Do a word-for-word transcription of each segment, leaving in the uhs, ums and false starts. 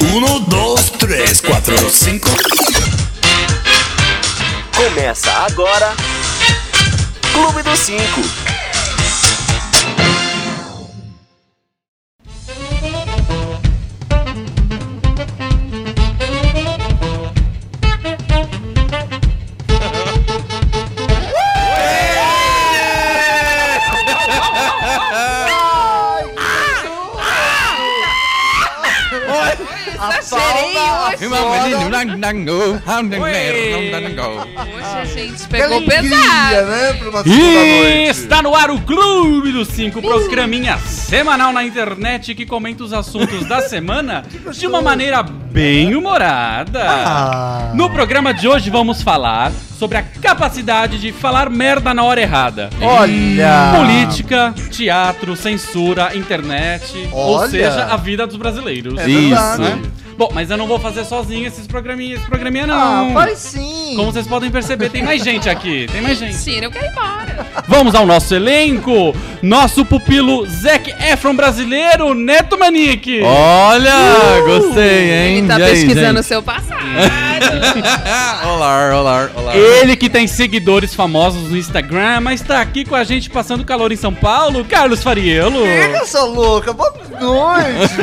Um, dois, três, quatro, cinco. Começa agora Clube dos Cinco. Hoje a gente pegou pesado, né? Pra uma E está no ar o Clube dos Cinco, programinha semanal na internet que comenta os assuntos da semana de uma maneira bem humorada. Ah. No programa de hoje vamos falar sobre a capacidade de falar merda na hora errada. Olha! Política, teatro, censura, internet, ou Olha! seja, a vida dos brasileiros. É verdade. Né? Bom, mas eu não vou fazer sozinho esses programinha, esse programinha não. Ah, vai sim! Como vocês podem perceber, tem mais gente aqui, tem mais gente. Mentira, eu quero ir embora. Vamos ao nosso elenco. Nosso pupilo Zac Efron brasileiro, Neto Manique. Olha, gostei, hein? Ele tá E aí, pesquisando o gente? seu passado. Olá, olá, olá. Ele que tem seguidores famosos no Instagram, mas tá aqui com a gente passando calor em São Paulo, Carlos Fariello. Pega essa louca, boa noite!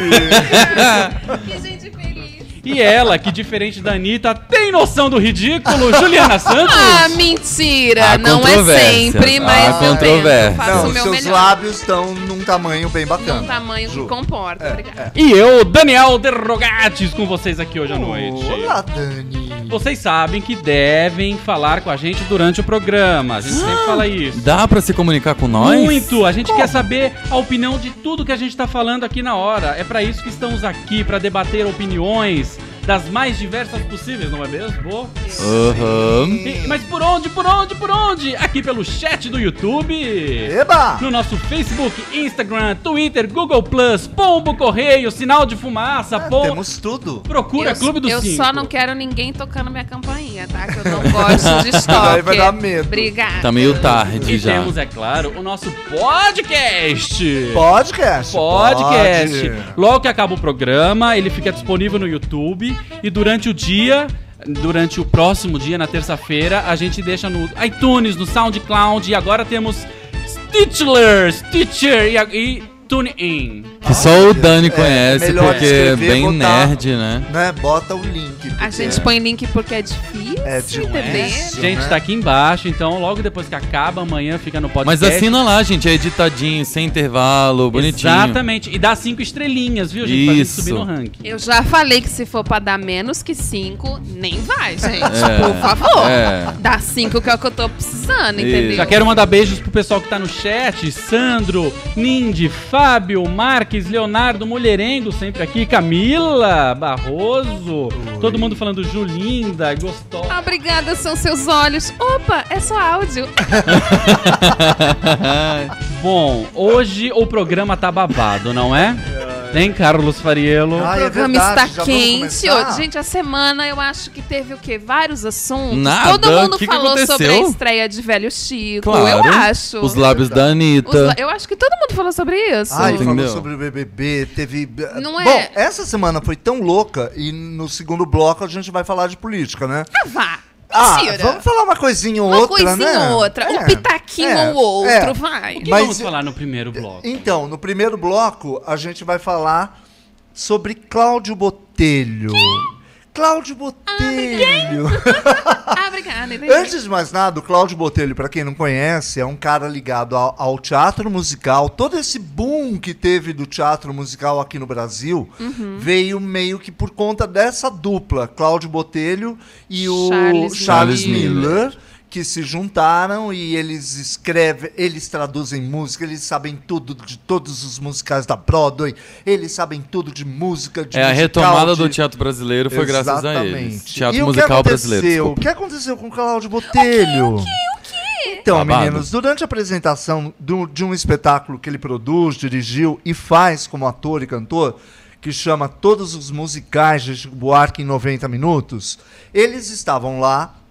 Que gente feliz. E ela, que diferente da Anitta, tem noção do ridículo, Juliana Santos. Ah, mentira. Há Não é controvérsias. sempre, mas Há eu tento. controvérsias. Faço Não, o meu seus melhor. lábios estão num tamanho bem bacana. Num tamanho Ju. que comporta. Obrigada. E eu, Daniel Derrogatis, com vocês aqui hoje à noite. Olá, Dani! Vocês sabem que devem falar com a gente durante o programa. A gente sempre fala isso. Dá pra se comunicar com nós? Muito! A gente quer saber a opinião de tudo que a gente tá falando aqui na hora. É pra isso que estamos aqui, pra debater opiniões das mais diversas possíveis, não é mesmo? Aham. E- Mas por onde, por onde, por onde? Aqui pelo chat do YouTube, Eba! no nosso Facebook, Instagram, Twitter, Google Plus, Pombo Correio, Sinal de Fumaça, Ah, pom... temos tudo. procura Eu, Clube dos eu Cinco. só não quero ninguém tocando minha campainha, tá? Que eu não gosto de estoque. Aí vai dar medo. Obrigada. Tá meio tarde E já. temos, é claro, o nosso podcast. Podcast? Podcast. Pode. Logo que acaba o programa, ele fica disponível no YouTube e durante o dia, durante o próximo dia, na terça-feira, a gente deixa no iTunes, no SoundCloud e agora temos Stitcher, Stitcher e, a- e TuneIn. Que só o Dani É, conhece, melhor porque é escrever, bem botar- nerd, né? Né? Bota o link. A porque gente põe link porque é difícil, É difícil. entender? Gente, né? tá aqui embaixo, então logo depois que acaba, amanhã fica no podcast. Mas assina lá, gente, é editadinho, sem intervalo, bonitinho. Exatamente. E dá cinco estrelinhas, viu, gente? Pra gente Isso. subir no ranking. Eu já falei que se for pra dar menos que cinco, nem vai, gente. É, Por favor. é. Dá cinco que é o que eu tô precisando, Isso. entendeu? Já quero mandar beijos pro pessoal que tá no chat. Sandro, Nindy, Fábio, Marques, Leonardo, Mulherengo, sempre aqui. Camila, Barroso. Todo mundo falando Julinda, gostosa. Ah, obrigada, são seus olhos. Opa, é só áudio. Bom, hoje o programa tá babado, não é? Hein, Carlos Fariello? Ah, O é programa verdade, já está vamos quente. começar? Ô, gente, a semana eu acho que teve o quê? Vários assuntos. Nada, Todo mundo que que falou sobre a aconteceu? estreia de Velho Chico. Claro. Eu acho. Os lábios da Os Anitta. la- Eu acho que todo mundo falou sobre isso. Ai, falou Entendeu? sobre o B B B, teve... Não é- Bom, essa semana foi tão louca e no segundo bloco a gente vai falar de política, né? Ah, vá. Ah, Mentira. vamos falar uma coisinha ou Uma outra, coisinha né? ou outra. Um É, pitaquinho é, ou outro, é. vai. O que Mas- vamos falar no primeiro bloco? Então, no primeiro bloco, a gente vai falar sobre Cláudio Botelho. Cláudio Botelho. Ah, obrigada. entendi. Antes de mais nada, o Cláudio Botelho, pra quem não conhece, é um cara ligado ao, ao teatro musical. Todo esse boom que teve do teatro musical aqui no Brasil Uhum. veio meio que por conta dessa dupla, Cláudio Botelho e o Charles Charles, Miller. Miller, que se juntaram e eles escrevem, eles traduzem música, eles sabem tudo de todos os musicais da Broadway, eles sabem tudo de música, de É, a musical, retomada de... do teatro brasileiro foi graças a eles. Exatamente. Teatro E o que musical aconteceu? brasileiro, O desculpa. que aconteceu com o Cláudio Botelho? O que, o que? Então, Babado. meninos, durante a apresentação do- de um espetáculo que ele produz, dirigiu e faz como ator e cantor, que chama Todos os Musicais de Chico Buarque em noventa minutos, eles estavam lá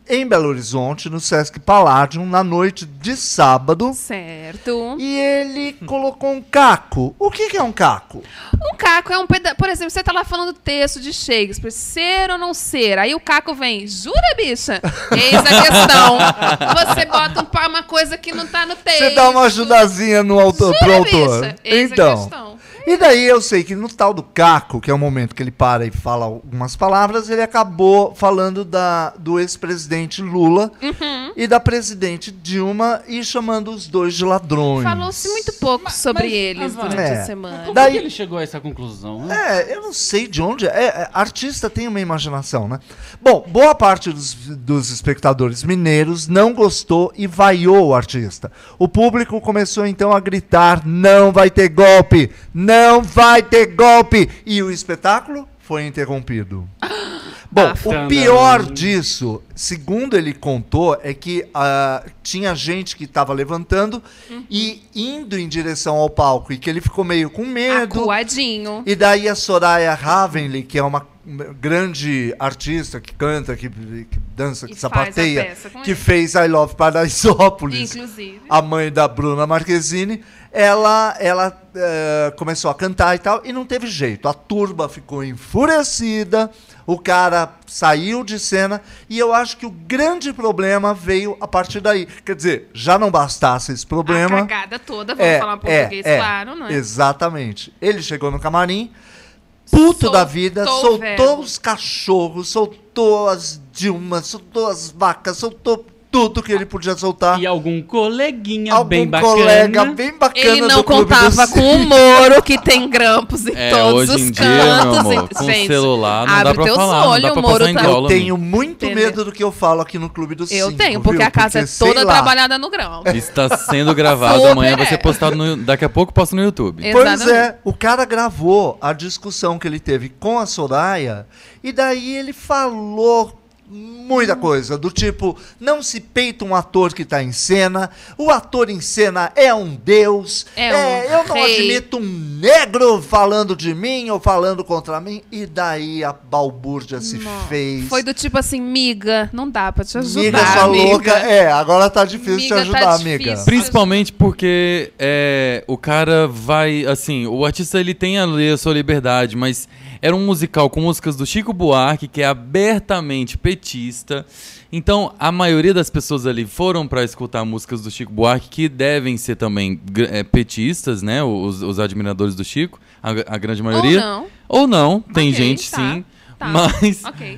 em Belo Horizonte, no Sesc Palladium, na noite de sábado. Certo. E ele colocou um caco. O que, que é um caco? Um caco é um pedaço. Por exemplo, você tá lá falando texto de Shakespeare, ser ou não ser. Aí o caco vem, jura, bicha? Eis a questão. Você bota um, uma coisa que não tá no texto. Você dá uma ajudazinha no autor, Jura, pro autor. bicha? Eis Então. a questão. E daí eu sei que no tal do caco, que é o momento que ele para e fala algumas palavras, ele acabou falando da, do ex-presidente Lula Uhum. e da presidente Dilma e chamando os dois de ladrões. Falou-se muito pouco sobre mas, eles ah, vai. durante É. a semana. Como Daí- que ele chegou a essa conclusão? Né? É, eu não sei de onde. É, é, artista tem uma imaginação, né? Bom, boa parte dos, dos espectadores mineiros não gostou e vaiou o artista. O público começou então a gritar: não vai ter golpe! Não vai ter golpe! E o espetáculo foi interrompido. Bom, Ah, o pior disso, segundo ele contou, é que ah, tinha gente que estava levantando e indo em direção ao palco e que ele ficou meio com medo. Acuadinho. E daí a Soraya Ravenli, que é uma grande artista que canta, que, que dança, que E faz a sapateia, peça com que ele. fez I Love Paraisópolis, Inclusive. a mãe da Bruna Marquezine, ela, ela eh, começou a cantar e tal, e não teve jeito. A turba ficou enfurecida, o cara saiu de cena, e eu acho que o grande problema veio a partir daí. Quer dizer, já não bastasse esse problema... A cagada toda, vamos falar português, claro, não é? Exatamente. Ele chegou no camarim, puto Soltou da vida, o soltou verbo. os cachorros, soltou as Dilmas, soltou as vacas, soltou tudo que ele podia soltar. E algum coleguinha Algum bem bacana. colega bem bacana Ele não do Clube contava dos com o Moro, que tem grampos em É, todos hoje os em dia, cantos. meu amor, e- com gente, celular não abre dá pra teus falar, não olhos, dá pra o Moro passar em tá- dólar. Eu tenho muito Entendeu? medo do que eu falo aqui no Clube dos Eu Cinco, tenho, porque viu? a casa sei é toda lá. trabalhada no grão. Está sendo gravado, Super amanhã vai é. ser postado no... Daqui a pouco posta no YouTube. É. Pois Exatamente. é, o cara gravou a discussão que ele teve com a Soraya e daí ele falou muita coisa, do tipo, não se peita um ator que está em cena, o ator em cena é um deus, É um eu não rei. admito um negro falando de mim ou falando contra mim, e daí a balbúrdia se Não. fez. Foi do tipo assim, miga, não dá pra te ajudar, Miga sua amiga. louca, é, agora tá difícil Miga, te tá ajudar, difícil. amiga. Principalmente porque é, o cara vai, assim, o artista ele tem a, a sua liberdade, mas era um musical com músicas do Chico Buarque, que é abertamente petista. Então, a maioria das pessoas ali foram para escutar músicas do Chico Buarque, que devem ser também gr- é, petistas, né? Os, os admiradores do Chico, a, a grande maioria. Ou não. Ou não, tem Ok, gente tá, sim. tá. Mas Ok.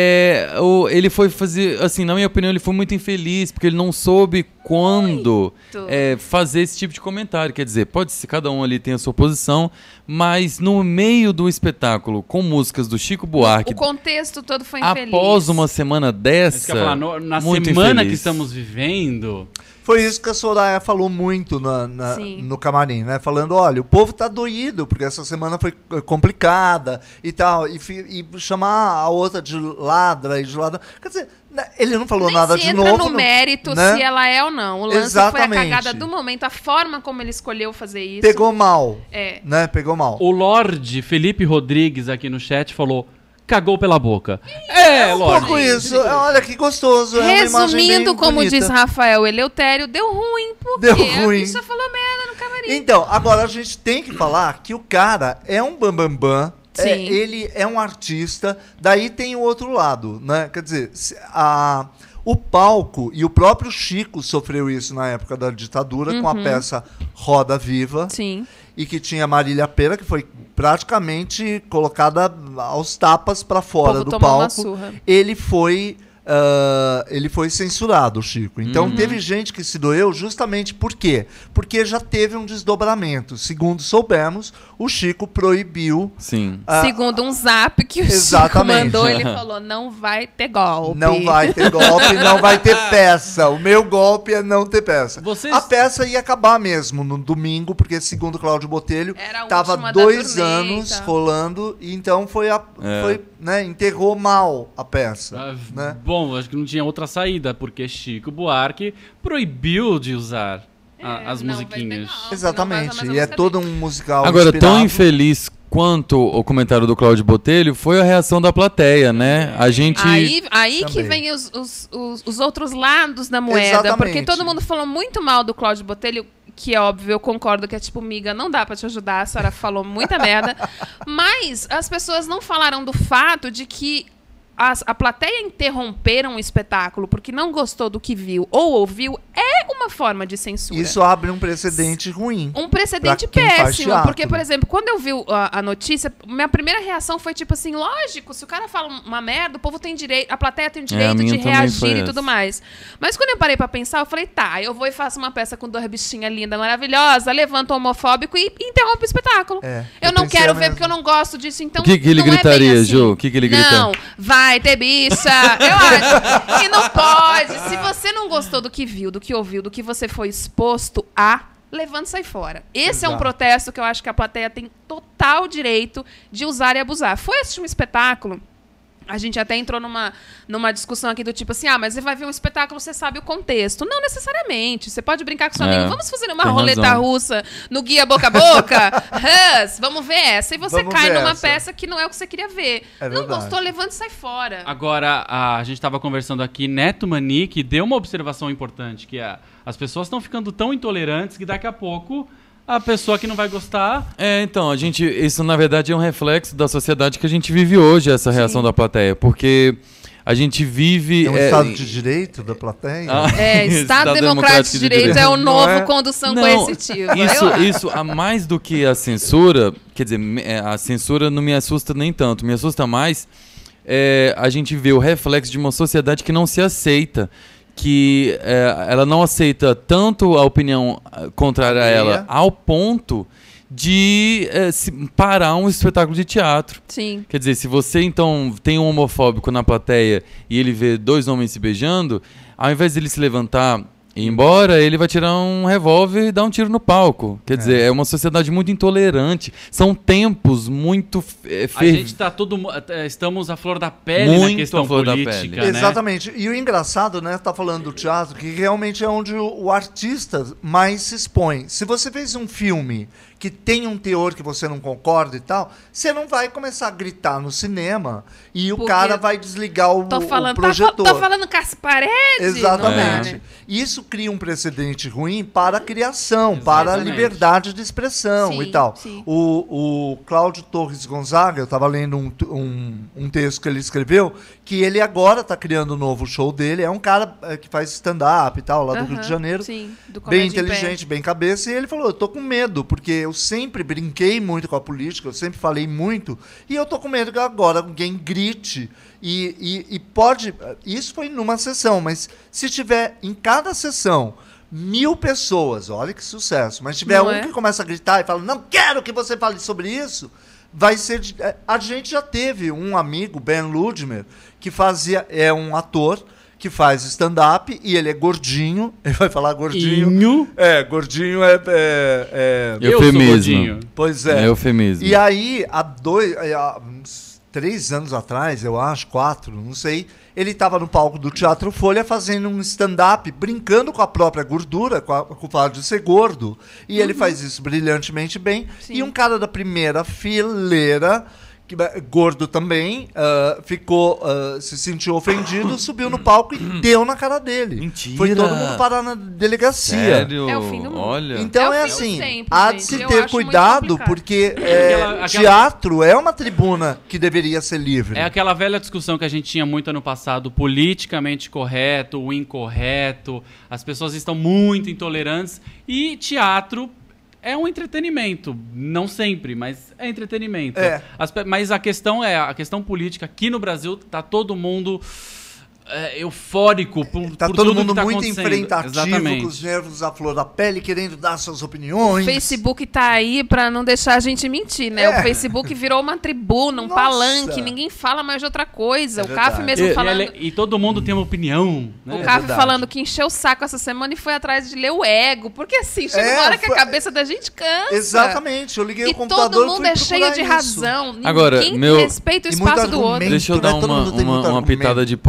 é, o, ele foi fazer, assim, na minha opinião, ele foi muito infeliz, porque ele não soube quando Muito. é, fazer esse tipo de comentário. Quer dizer, pode ser, cada um ali tem a sua posição, mas no meio do espetáculo, com músicas do Chico Buarque, O contexto todo foi infeliz. após uma semana Isso dessa, que eu ia falar, no- na muito semana que infeliz. estamos vivendo, Foi isso que a Soraya falou muito na- na- Sim. no camarim, né? Falando, olha, o povo tá doído, porque essa semana foi eh, complicada e tal. E, fi- e chamar a outra de ladra e de ladra. Quer dizer, né, ele não falou Nem nada se de entra novo. no não- mérito né? se ela é ou não. O lance Exatamente. foi a cagada do momento, a forma como ele escolheu fazer isso. Pegou mal, É. né? Pegou mal. o Lorde Felipe Rodrigues aqui no chat falou: cagou pela boca. É, Um Lorde. pouco isso. Olha que gostoso. é uma imagem Resumindo, bem como bonita. diz Rafael Eleutério, deu ruim, porque Deu a ruim. bicha falou merda no camarim. Então, agora a gente tem que falar que o cara é um bambambam. Bam, bam, é, Sim. ele é um artista. Daí tem o outro lado, né? Quer dizer, se- a, o palco, e o próprio Chico sofreu isso na época da ditadura, com a peça Roda Viva. Sim. E que tinha Marília Pera, que foi praticamente colocada aos tapas para fora povo do tomou uma palco. surra. Ele foi ah, ele foi censurado, o Chico. Então teve gente que se doeu justamente por quê? Porque já teve um desdobramento. Segundo soubemos, o Chico proibiu Sim. ah, Segundo um zap que o Chico Exatamente. mandou, ele falou, não vai ter golpe. não vai ter golpe, não vai ter peça. O meu golpe é não ter peça. Vocês- A peça ia acabar mesmo no domingo, porque segundo Cláudio Botelho, Era a estava última da dois turnê, anos então. rolando, e então foi, a, É. foi né, enterrou mal a peça. Ah, né? Bom, acho que não tinha outra saída, porque Chico Buarque proibiu de usar a- as não, musiquinhas. vai ter- não, Exatamente. não, mas a E é música todo dele. um musical Agora, tão inspirado. infeliz quanto o comentário do Cláudio Botelho foi a reação da plateia, né? A gente... Aí, aí que Também. vem os, os, os, os outros lados da moeda. Exatamente. Porque todo mundo falou muito mal do Cláudio Botelho, que é óbvio, eu concordo que é tipo, miga, não dá pra te ajudar, a senhora falou muita merda. Mas as pessoas não falaram do fato de que as, a plateia interromperam o espetáculo porque não gostou do que viu ou ouviu é uma forma de censura. Isso abre um precedente ruim. Um precedente Pra quem faz péssimo, teatro. porque, por exemplo, quando eu vi a, a notícia, minha primeira reação foi tipo assim, lógico, se o cara fala uma merda, o povo tem direito, a plateia tem o direito minha de também reagir foi e essa. tudo mais. Mas quando eu parei pra pensar, eu falei, tá, eu vou e faço uma peça com duas bichinhas lindas, maravilhosas, levanto o homofóbico e, e interrompo o espetáculo. É, eu eu não pensei quero a ver mesma. porque eu não gosto disso, então O que que ele não é bem gritaria, assim. Ju? O que que ele grita? Não, vai ter bicha, eu acho. E não pode. Se você não gostou do que viu, do que ouviu, do que você foi exposto a, levante e sai fora. Esse é um Exato. protesto que eu acho que a plateia tem total direito de usar e abusar. Foi assistir um espetáculo. A gente até entrou numa, numa discussão aqui do tipo assim, ah, mas você vai ver um espetáculo, você sabe o contexto. Não necessariamente. Você pode brincar com seu É, amigo. Vamos fazer uma tem roleta razão. russa no guia boca a boca? Hus, vamos ver essa. E você Vamos cai ver numa essa. peça que não é o que você queria ver. É não verdade. gostou, levanta e sai fora. Agora, a, a gente estava conversando aqui, Neto Manique deu uma observação importante, que é, as pessoas estão ficando tão intolerantes que daqui a pouco a pessoa que não vai gostar... É, então, a gente, isso na verdade é um reflexo da sociedade que a gente vive hoje, essa reação da plateia, porque a gente vive... É um é, estado de direito da plateia? Ah, É, Estado Democrático de Direito é o Não novo é? condução Não, coercitiva. Eu Isso, acho. isso, a mais do que a censura, quer dizer, me- é, a censura não me assusta nem tanto, me assusta mais é, a gente vê o reflexo de uma sociedade que não se aceita, que é, ela não aceita tanto a opinião ah, contrária a ela, ao ponto de é, se- parar um espetáculo de teatro. Sim. Quer dizer, se você então tem um homofóbico na plateia e ele vê dois homens se beijando, ao invés de ele se levantar e ir embora, ele vai tirar um revólver e dar um tiro no palco. Quer dizer, é uma sociedade muito intolerante. São tempos muito é, A fer- gente tá todo... mu- eh, Estamos à flor da pele Muito na questão à flor da política, pele. né? Exatamente. E o engraçado, né, tá falando do teatro, que realmente é onde o, o artista mais se expõe. Se você fez um filme que tem um teor que você não concorda e tal, você não vai começar a gritar no cinema e o Porque cara vai desligar o, Tô o falando, tá, projetor. fa- tô falando com as paredes? Exatamente. Não dá, né? Isso cria um precedente ruim para a criação, para a Exatamente. liberdade de expressão Sim, e tal. sim. O, o Cláudio Torres Gonzaga, eu estava lendo um, um, um texto que ele escreveu, que ele agora está criando um novo show dele. É um cara eh, que faz stand-up e tal, lá do Rio Aham, de Janeiro. Sim, do Bem Comédia em Pé. inteligente, bem cabeça, e ele falou: eu tô com medo, porque eu sempre brinquei muito com a política, eu sempre falei muito, e eu tô com medo que agora alguém grite e, e, e pode. Isso foi numa sessão, mas se tiver em cada sessão mil pessoas, olha que sucesso, mas tiver Não um é? que começa a gritar e fala: não quero que você fale sobre isso. Vai ser. de- A gente já teve um amigo, Ben Ludmer, que fazia. É um ator que faz stand-up e ele é gordinho. Ele vai falar gordinho. Inho. É, gordinho é. é- é- Eu- Eu sou Eufemismo. gordinho. Pois É é. eufemismo. E aí, há dois. Há uns três anos atrás, eu acho, quatro, não sei. Ele estava no palco do Teatro Folha fazendo um stand-up, brincando com a própria gordura, com, a, com o fato de ser gordo. E ele faz isso brilhantemente bem. Sim. E um cara da primeira fileira, que, é gordo também, ah, ficou, ah, se sentiu ofendido, subiu no palco e deu na cara dele. Mentira. Foi todo mundo parar na delegacia. Sério? É o fim do mundo. Olha. Então É é, o fim dos assim, tempos, há de gente. se Eu ter acho muito cuidado, complicado. porque é, Aquela- aquela- teatro é uma tribuna que deveria ser livre. É aquela velha discussão que a gente tinha muito ano passado, politicamente correto, o incorreto, as pessoas estão muito intolerantes e teatro é um entretenimento, não sempre, mas é entretenimento. É. As pe- mas a questão é, a questão política aqui no Brasil tá todo mundo é, eufórico por, Tá por todo tudo mundo que tá muito acontecendo. enfrentativo, Exatamente. com os nervos à flor da pele, querendo dar suas O opiniões. Facebook tá aí pra não deixar a gente mentir, né? É. O Facebook virou uma tribuna, um Nossa. palanque, ninguém fala mais de outra coisa. É o CAF verdade. mesmo E, falando... e ele- e todo mundo tem uma opinião, né? O É CAF verdade. falando que encheu o saco essa semana e foi atrás de ler o ego. Porque assim, chega É, uma hora que a foi- cabeça da gente cansa. Exatamente, eu liguei E o computador todo e mundo fui é cheio procurar de isso. razão. Ninguém Agora, meu- respeita o E muito espaço do outro. argumento. Deixa eu né? dar Todo uma, mundo tem uma, muito uma argumento. pitada de polianismo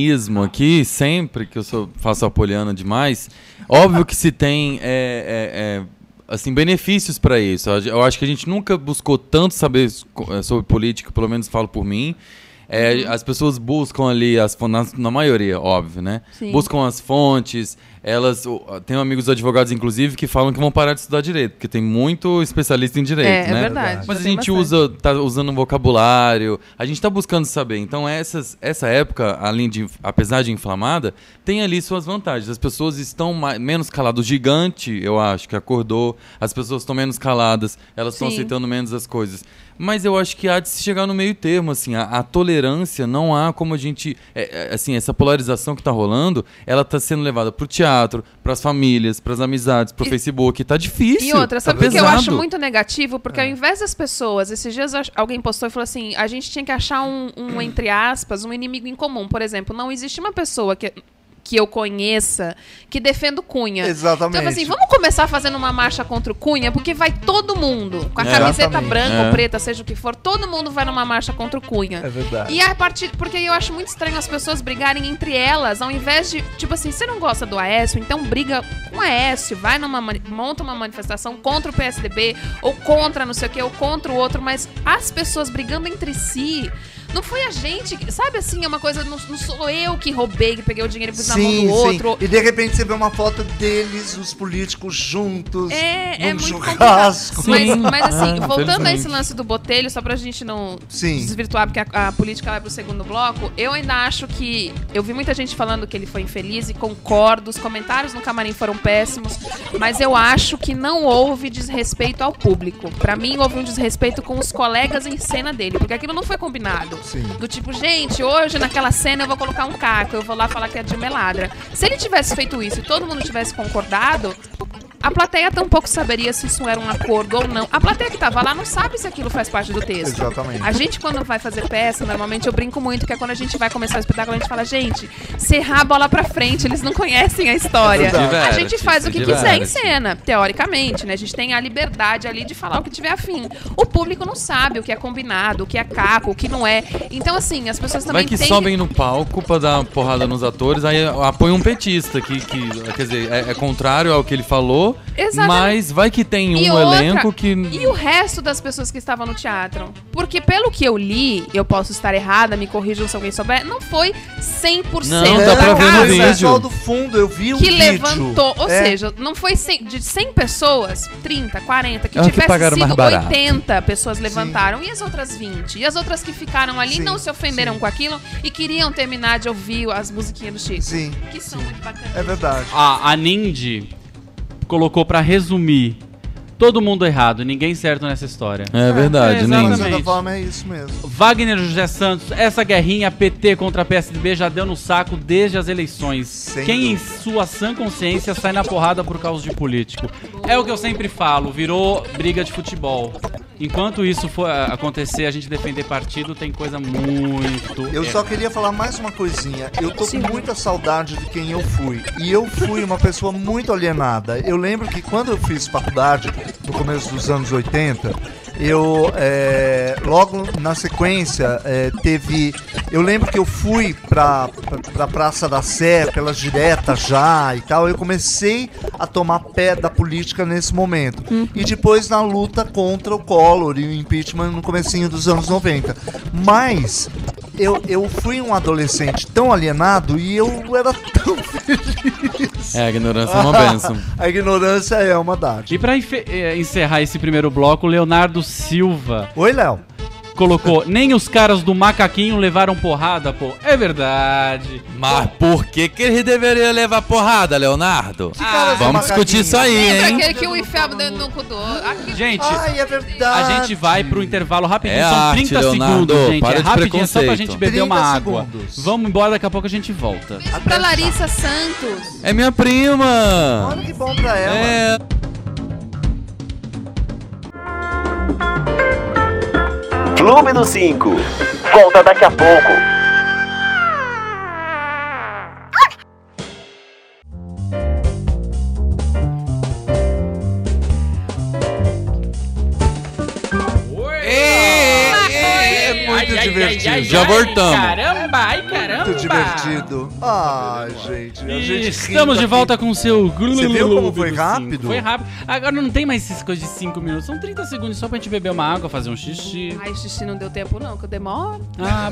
apolianismo aqui, sempre que eu sou, faço apoliana demais, óbvio que se tem é, é, é, assim, benefícios para isso. Eu acho que a gente nunca buscou tanto saber sobre política, pelo menos falo por mim. É, uhum. As pessoas buscam ali, as, na, na maioria, óbvio, né? Sim. Buscam as fontes. Elas, tenho amigos advogados, inclusive, que falam que vão parar de estudar direito, porque tem muito especialista em direito, é, né? É verdade. Mas a gente usa, tá usando um vocabulário, a gente tá buscando saber. Então, essas, essa época, além de, apesar de inflamada, tem ali suas vantagens. As pessoas estão mais, menos caladas. O gigante, eu acho, que acordou, as pessoas estão menos caladas, elas estão aceitando menos as coisas. Mas eu acho que há de se chegar no meio termo, assim, a, a tolerância, não há como a gente, é, é, assim, essa polarização que está rolando, ela está sendo levada pro teatro, pras famílias, pras amizades, pro e, Facebook, tá difícil. E outra, sabe o tá que eu acho muito negativo? Porque é. ao invés das pessoas, esses dias alguém postou e falou assim, a gente tinha que achar um, um entre aspas, um inimigo em comum. Por exemplo, não existe uma pessoa que... que eu conheça, que defenda o Cunha. Exatamente. Então, assim, vamos começar fazendo uma marcha contra o Cunha, porque vai todo mundo, com a camiseta Exatamente. branca é. ou preta, seja o que for, todo mundo vai numa marcha contra o Cunha. É verdade. E a partir, porque eu acho muito estranho as pessoas brigarem entre elas, ao invés de, tipo assim, você não gosta do Aécio, então briga com o Aécio, vai numa, monta uma manifestação contra o P S D B, ou contra não sei o que, ou contra o outro, mas as pessoas brigando entre si... Não foi a gente, sabe assim, é uma coisa, não, não sou eu que roubei, que peguei o dinheiro e pus sim, na mão do sim. outro. E de repente você vê uma foto deles, os políticos juntos, é, num é muito churrasco. Mas, mas assim, ah, voltando a esse lance do Botelho, só pra gente não sim. desvirtuar, porque a, a política vai pro segundo bloco, eu ainda acho que, eu vi muita gente falando que ele foi infeliz e concordo, os comentários no camarim foram péssimos, mas eu acho que não houve desrespeito ao público. Pra mim, houve um desrespeito com os colegas em cena dele, porque aquilo não foi combinado. Sim. Do tipo, gente, hoje naquela cena eu vou colocar um caco, eu vou lá falar que é de meladra. Se ele tivesse feito isso e todo mundo tivesse concordado, a plateia tampouco saberia se isso era um acordo ou não. A plateia que tava lá não sabe se aquilo faz parte do texto. Exatamente. A gente, quando vai fazer peça, normalmente eu brinco muito, que é quando a gente vai começar o espetáculo, a gente fala, gente, se errar a bola pra frente, eles não conhecem a história. Diverte, a gente faz o que diverte. quiser em cena, teoricamente, né? A gente tem a liberdade ali de falar o que tiver afim. O público não sabe o que é combinado, o que é caco, o que não é. Então, assim, as pessoas também Vai que têm... sobem no palco pra dar uma porrada nos atores, aí apoia um petista, que, que quer dizer, é, é contrário ao que ele falou, Exatamente. Mas vai que tem um e outra, elenco que... E o resto das pessoas que estavam no teatro? Porque pelo que eu li, eu posso estar errada, me corrijam se alguém souber, não foi cem por cento não, da dá pra ver no casa vídeo. O pessoal do fundo, eu vi o que vídeo. levantou. Ou é. seja, não foi cem, de cem pessoas, trinta, quarenta, que é tivesse que sido oitenta pessoas levantaram. Sim. E as outras vinte? E as outras que ficaram ali sim, não se ofenderam sim. com aquilo e queriam terminar de ouvir as musiquinhas do Chico. Sim. Que são muito bacanas. É verdade. A, a Nindy colocou pra resumir: todo mundo errado, ninguém certo nessa história. É verdade, é, Nindy. De certa forma é isso mesmo. Wagner José Santos, essa guerrinha P T contra P S D B já deu no saco desde as eleições. Sem Quem dúvida. em sua sã consciência sai na porrada por causa de político? É o que eu sempre falo, virou briga de futebol. Enquanto isso for acontecer, a gente defender partido tem coisa muito... Eu errada. só queria falar mais uma coisinha. Eu tô Sim. com muita saudade de quem eu fui. E eu fui uma pessoa muito alienada. Eu lembro que quando eu fiz faculdade, no começo dos anos oitenta, eu, é, logo na sequência, é, teve... Eu lembro que eu fui pra, pra, pra Praça da Sé, pelas diretas já e tal. Eu comecei a tomar pé da política nesse momento. Uhum. E depois na luta contra o Collor e o impeachment no comecinho dos anos noventa. Mas eu, eu fui um adolescente tão alienado e eu era tão feliz. É, a ignorância é uma bênção. A ignorância é uma dádiva. E pra encerrar esse primeiro bloco, Leonardo Silva. Oi, Léo. Colocou, nem os caras do macaquinho levaram porrada, pô. É verdade. Mas por que que eles deveriam levar porrada, Leonardo? Ah, vamos discutir isso aí, lembra hein? aquele que o enfiava dentro do cu do outro? Aqui. Gente, Ai, é verdade. a gente vai pro intervalo rapidinho, É são arte, trinta Leonardo, segundos, gente. para É de rapidinho, só pra preconceito. gente beber uma água. segundos. Vamos embora, daqui a pouco a gente volta. Beijo pra Larissa Santos. É minha prima. Olha que bom pra ela. É... Clube do cinco. Volta daqui a pouco. É muito divertido. Já voltamos. Caramba, ai caramba. Muito divertido. Ai, gente. A gente Estamos de rindo volta aqui. com o seu... Você viu como foi Clube do rápido? cinco. Foi rápido. Agora não tem mais essas coisas de cinco minutos. São trinta segundos só pra gente beber uma água, fazer um xixi. Ai, xixi não deu tempo não, que eu demoro. Ah,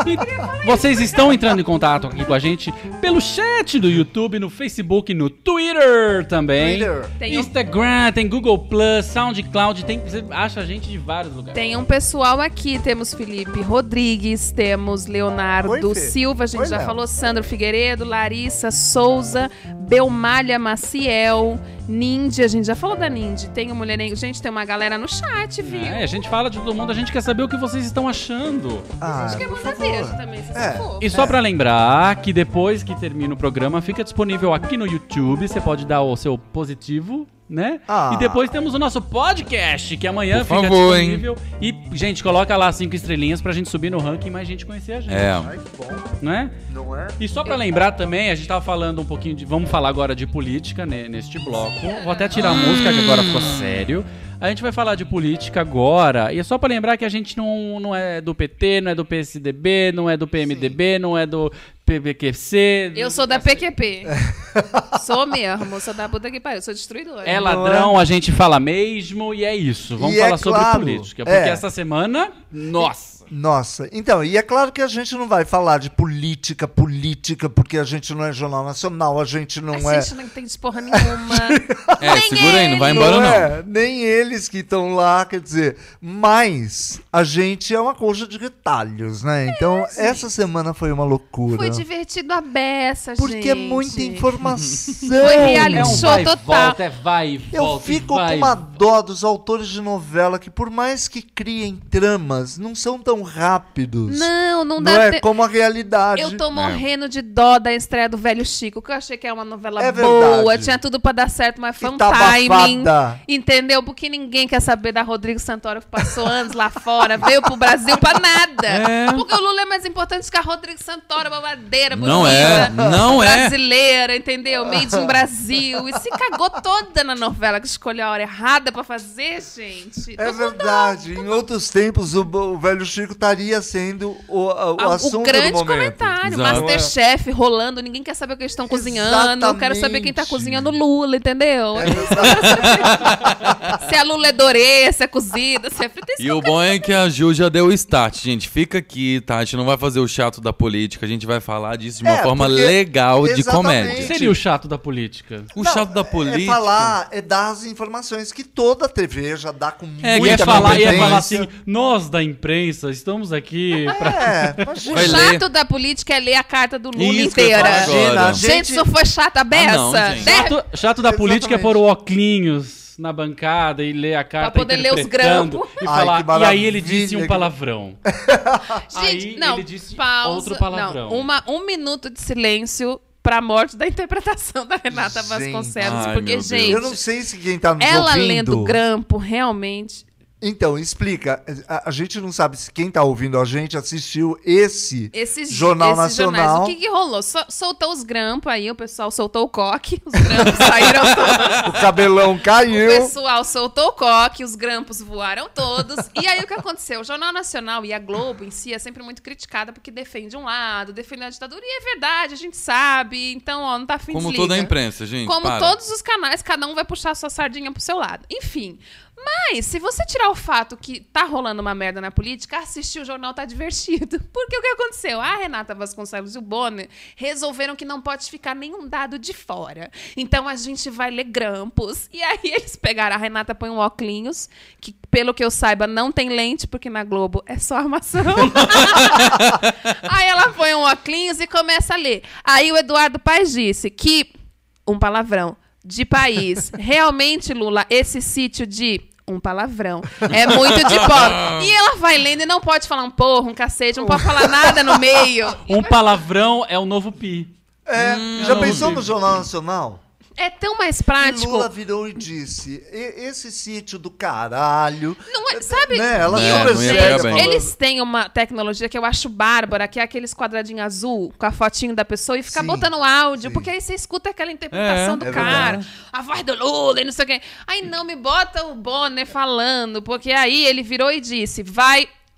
e vocês estão entrando em contato aqui com a gente pelo chat do YouTube, no Facebook, no Twitter também. Twitter. Tem um- Instagram, tem Google Plus, SoundCloud, tem, você acha a gente de vários lugares. Tem um pessoal aqui, temos Felipe Rodrigues, temos Leonardo Oi, Fê. Silva, a gente Oi, já Léo. falou, Sandro Figueiredo, Larissa Souza, Belmalha Maciel, Nindy, a gente já falou da Nindy, tem o Mulherengo, gente, tem uma galera no chat, viu? É, a gente fala de todo mundo, a gente quer saber o que vocês estão achando. Ah, Acho que é por mandar favor. beijo também, se É. você for. E só pra lembrar que depois que termina o programa, fica disponível aqui no YouTube, você pode dar o seu positivo, né? Ah. E depois temos o nosso podcast, que amanhã Por fica favor, disponível. E, gente, coloca lá cinco estrelinhas pra gente subir no ranking e mais gente conhecer a gente. É. Ai, que bom. Não é? Não é? E só pra lembrar também, a gente tava falando um pouquinho de... Vamos falar agora de política né, neste bloco. Vou até tirar a música, que agora ficou sério. A gente vai falar de política agora. E é só pra lembrar que a gente não, não é do P T, não é do P S D B, não é do P M D B, não é do P P Q C. Eu sou da P Q P. Sou mesmo, sou da puta que pariu, sou destruidora. É ladrão, a gente fala mesmo e é isso. Vamos E falar é sobre claro, política. Porque é. essa semana, nossa. Nossa, então, e é claro que a gente não vai falar de política, política, porque a gente não é Jornal Nacional, a gente não a é... gente não entende porra nenhuma. É, Nem segura aí, não vai ele. embora não. é, nem eles que estão lá, quer dizer, mas a gente é uma coxa de retalhos, né? Então, essa semana foi uma loucura. Foi divertido a beça, Porque gente. é muita informação. Foi reality É um show vai e total. volta, é vai e Eu volta. e fico vai com e uma dó dos autores de novela que, por mais que criem tramas, não são tão rápidos. Não, não Não dá é te- como a realidade. Eu tô morrendo de dó da estreia do Velho Chico, que eu achei que era uma novela É boa, verdade. tinha tudo pra dar certo, mas foi E um tá timing. abafada. Entendeu? Porque ninguém quer saber da Rodrigo Santoro, que passou anos lá fora, veio pro Brasil pra nada. É. Porque o Lula é mais importante que a Rodrigo Santoro, babadeira, bonita, Não é, não é. brasileira, entendeu? Made in Brasil. E se cagou toda na novela, que escolheu a hora errada pra fazer, gente. É Tô com verdade. Em outros tempos, o, o velho Chico estaria sendo o, o, o Ah, assunto o grande do momento. comentário, Exato. Masterchef rolando, ninguém quer saber o que eles estão cozinhando, eu quero saber quem tá Exatamente. cozinhando Lula, entendeu? É Se a Lula é dorê, se é cozida, se é frita, isso E o bom é que a Ju já deu o start, gente. Fica aqui, tá? A gente não vai fazer o chato da política, a gente vai falar disso de uma É, forma porque- legal de exatamente. O comédia. que seria o chato da política? O Não, chato da É política. falar, é dar as informações que toda T V já dá com É, E muita é falar, e é competência. falar assim, nós da imprensa estamos aqui pra... É, O imagina. Vai chato ler. da política é ler a carta do Lula Isso que eu ia inteira. falar agora. Imagina, a Gente, gente- isso foi chata a beça. Ah, não, gente. Né? Chato, chato da política é Exatamente. pôr o oclinhos na bancada e ler a carta Pra poder ler os interpretando grampos. e Ai, falar. que E aí ele maravilha. disse um palavrão. Gente, Aí não, ele disse pausa. outro palavrão. Não, uma, um minuto de silêncio pra morte da interpretação da Renata Gente. Vasconcelos. Ai, porque, meu Deus. gente, Eu não sei se quem tá nos ela ouvindo... lendo o grampo, realmente... Então, explica. A, a gente não sabe se quem tá ouvindo a gente assistiu esse Esses, Jornal esses Nacional. jornais, o que que rolou? So- soltou os grampos aí, o pessoal soltou o coque, os grampos saíram todos. O cabelão O caiu. pessoal soltou o coque, os grampos voaram todos. E aí o que aconteceu? O Jornal Nacional e a Globo em si é sempre muito criticada porque defende um lado, defende a ditadura. E é verdade, a gente sabe. Então, ó, não tá afim de Como desliga. toda a imprensa, gente. Como para. todos os canais, cada um vai puxar a sua sardinha pro seu lado. Enfim. Mas, se você tirar o fato que tá rolando uma merda na política, assistir o jornal tá divertido. Porque o que aconteceu? A Renata Vasconcelos e o Bonner resolveram que não pode ficar nenhum dado de fora. Então a gente vai ler grampos. E aí eles pegaram, a Renata põe um óculos, que pelo que eu saiba não tem lente, porque na Globo é só armação. Aí ela põe um óculos e começa a ler. Aí o Eduardo Paes disse que, um palavrão, de país. Realmente, Lula, esse sítio de um palavrão é muito de pobre. E ela vai lendo e não pode falar um porra, um cacete, não pode falar nada no meio. Um palavrão é o novo pi. É, Hum, já não pensou vi. no Jornal Nacional? É tão mais E prático. Lula virou e disse: "E- esse sítio do caralho. Não é, sabe? Né? Ela É, super não ia séria pegar bem. falando. Eles têm uma tecnologia que eu acho bárbara, que é aqueles quadradinhos azul com a fotinho da pessoa e ficar Sim, botando áudio, sim. porque aí você escuta aquela interpretação É, do é cara, verdade. a voz do Lula e não sei o quê. Aí não me bota o Bonner falando, porque aí ele virou e disse: vai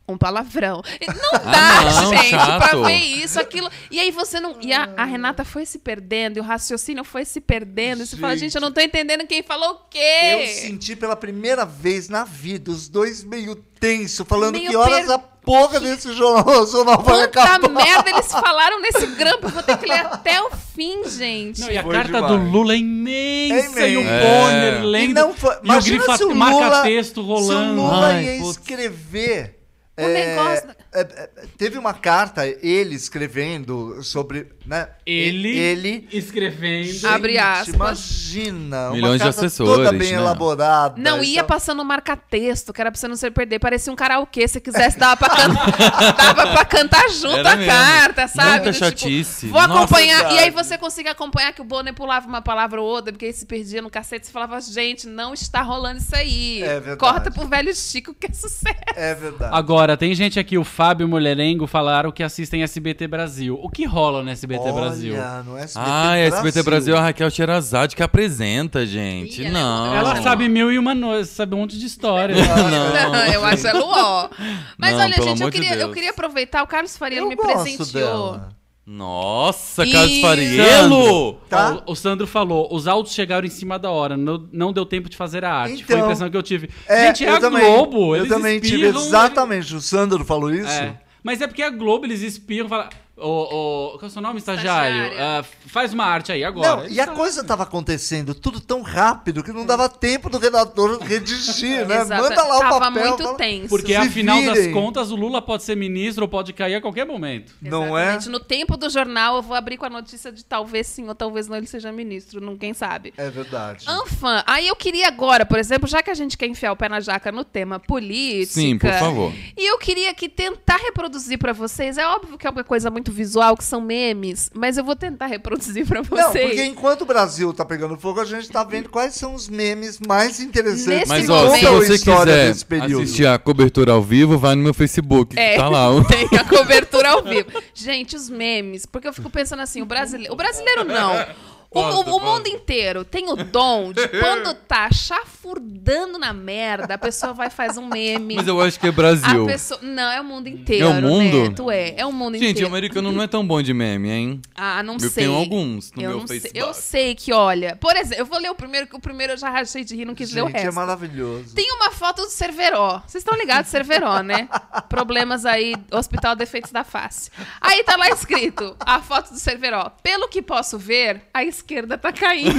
um palavrão. Não dá, Ah, não, gente, chato. pra ver isso, aquilo. E aí você não... E a, a Renata foi se perdendo, e o raciocínio foi se perdendo. E você fala, gente, eu não tô entendendo quem falou o quê. Eu senti pela primeira vez na vida os dois meio tenso, falando Meio que horas per- a porra desse jornal, o jornal vai Quanta acabar. merda eles falaram nesse grampo. Eu vou ter que ler até o fim, gente. Não, e a Foi carta demais. do Lula é imensa. É E o imensa. Bonner É. lendo. E não foi- e o imagina grifa, se o Lula- marca-texto Se o rolando. Lula Ai, ia putz. escrever... O é, negócio da- é, é, teve uma carta, ele escrevendo sobre... Né, Ele, ele escrevendo. Abre Gente, aspas. Imagina, Milhões de uma carta assessores, toda bem né? elaborada. Não, ia então- passando marca-texto, que era pra você não se perder. Parecia um karaokê, se quisesse, dava pra, can... dava pra cantar junto Era a mesmo. carta, sabe? Muita Do tipo, chatice. vou Nossa, acompanhar. verdade. E aí você conseguia acompanhar que o Bonner pulava uma palavra ou outra, porque aí se perdia no cacete. Você falava, gente, não está rolando isso aí. É verdade. Corta pro velho Chico, que é sucesso. É verdade. Agora, tem gente aqui, o Fábio Mulherengo, falaram que assistem S B T Brasil. O que rola no S B T Olha, Brasil? no S B T Ah, S B T Brasil é a Raquel Sherazade que apresenta, gente. Ih, ela é não. boa. Ela Não. sabe mil e uma noites, sabe um monte de história. Não. eu acho ela uó. Mas Não, olha, pelo gente, eu amor de queria, eu Deus. queria aproveitar. O Carlos Faria Eu me gosto presenteou. dela. Nossa, Ih, Carlos Fariello! Tá? Ó, o Sandro falou, os autos chegaram em cima da hora, não, não deu tempo de fazer a arte. Foi a Então, impressão que eu tive. É, gente, é eu a também, Globo, Eu eles também tive espirram, exatamente. O Sandro falou isso? É. Mas é porque a Globo, eles espirram, falam... Ô, ô, qual é o seu nome, estagiário? Estagiária. Ah, faz uma arte aí agora. Não, e a coisa tava acontecendo tudo tão rápido que não dava tempo do redator redigir, né? Exato. Manda lá o Tava papel. muito fala- tenso. Porque, Se afinal das virem. contas, o Lula pode ser ministro ou pode cair a qualquer momento. Não é? Exatamente. No tempo do jornal, eu vou abrir com a notícia de talvez sim ou talvez não ele seja ministro. Ninguém sabe. É verdade. Anfã, aí eu queria agora, por exemplo, já que a gente quer enfiar o pé na jaca no tema política... Sim, por favor. E eu queria que tentar reproduzir pra vocês, é óbvio que é uma coisa muito visual, que são memes, mas eu vou tentar reproduzir pra vocês. Não, porque enquanto o Brasil tá pegando fogo, a gente tá vendo quais são os memes mais interessantes. Nesse Mas, que ó, se contam a você história quiser desse período. assistir a cobertura ao vivo, vai no meu Facebook, que É, tá lá. tem a cobertura ao vivo. Gente, os memes, porque eu fico pensando assim, o brasileiro, o brasileiro não. O, o- o mundo inteiro tem o dom de quando tá chafurdando na merda, a pessoa vai fazer um meme. Mas eu acho que é A Brasil. pessoa, não, é o mundo inteiro, É o mundo? Neto, é, é o mundo Gente, o inteiro. americano não é tão bom de meme, hein? Ah, não Eu sei. tenho alguns no eu meu não sei. Facebook. Eu sei que, olha, por exemplo, eu vou ler o primeiro, que o primeiro eu já rachei de rir, não quis ler o Gente, é resto. maravilhoso. Tem uma foto do Cerveró. Vocês estão ligados, Cerveró, né? Problemas aí, Hospital Defeitos da Face. Aí tá lá escrito, a foto do Cerveró. Pelo que posso ver, a esquerda tá caindo.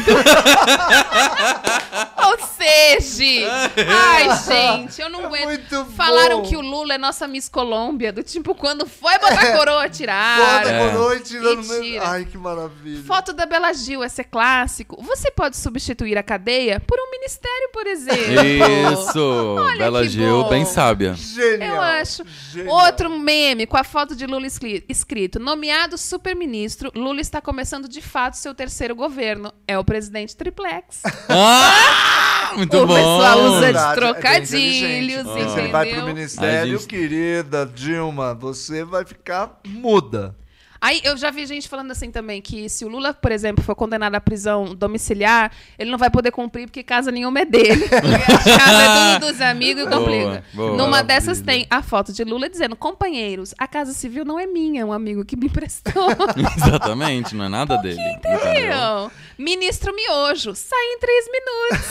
Ou seja, ai, gente, eu não aguento. muito Falaram bom. que o Lula é nossa Miss Colômbia, do tipo, quando foi botar É. coroa, tiraram. Foda É. coroa e tirando E mesmo. tira. Ai, que maravilha. Foto da Bela Gil, esse é clássico. Você pode substituir a cadeia por um ministério, por exemplo. Isso! Olha Bela que Gil, bom. bem sábia. Genial. Eu acho. Genial. Outro meme com a foto de Lula escri- escrito: nomeado superministro, Lula está começando de fato seu terceiro governo. É o presidente Triplex. Ah! Muito O bom! pessoal usa de Verdade, é bem trocadilhos, inteligente. entendeu? Se ele vai pro ministério, A gente- querida Dilma, você vai ficar muda. Aí eu já vi gente falando assim também, que se o Lula, por exemplo, for condenado à prisão domiciliar, ele não vai poder cumprir porque casa nenhuma é dele. A casa é tudo dos amigos e Boa, complica. boa. Numa Maravilha. dessas tem a foto de Lula dizendo: companheiros, a casa civil não é minha, é um amigo que me emprestou. Exatamente, não é nada dele. Entendeu? Entendeu? Ministro Miojo, sai em três minutos.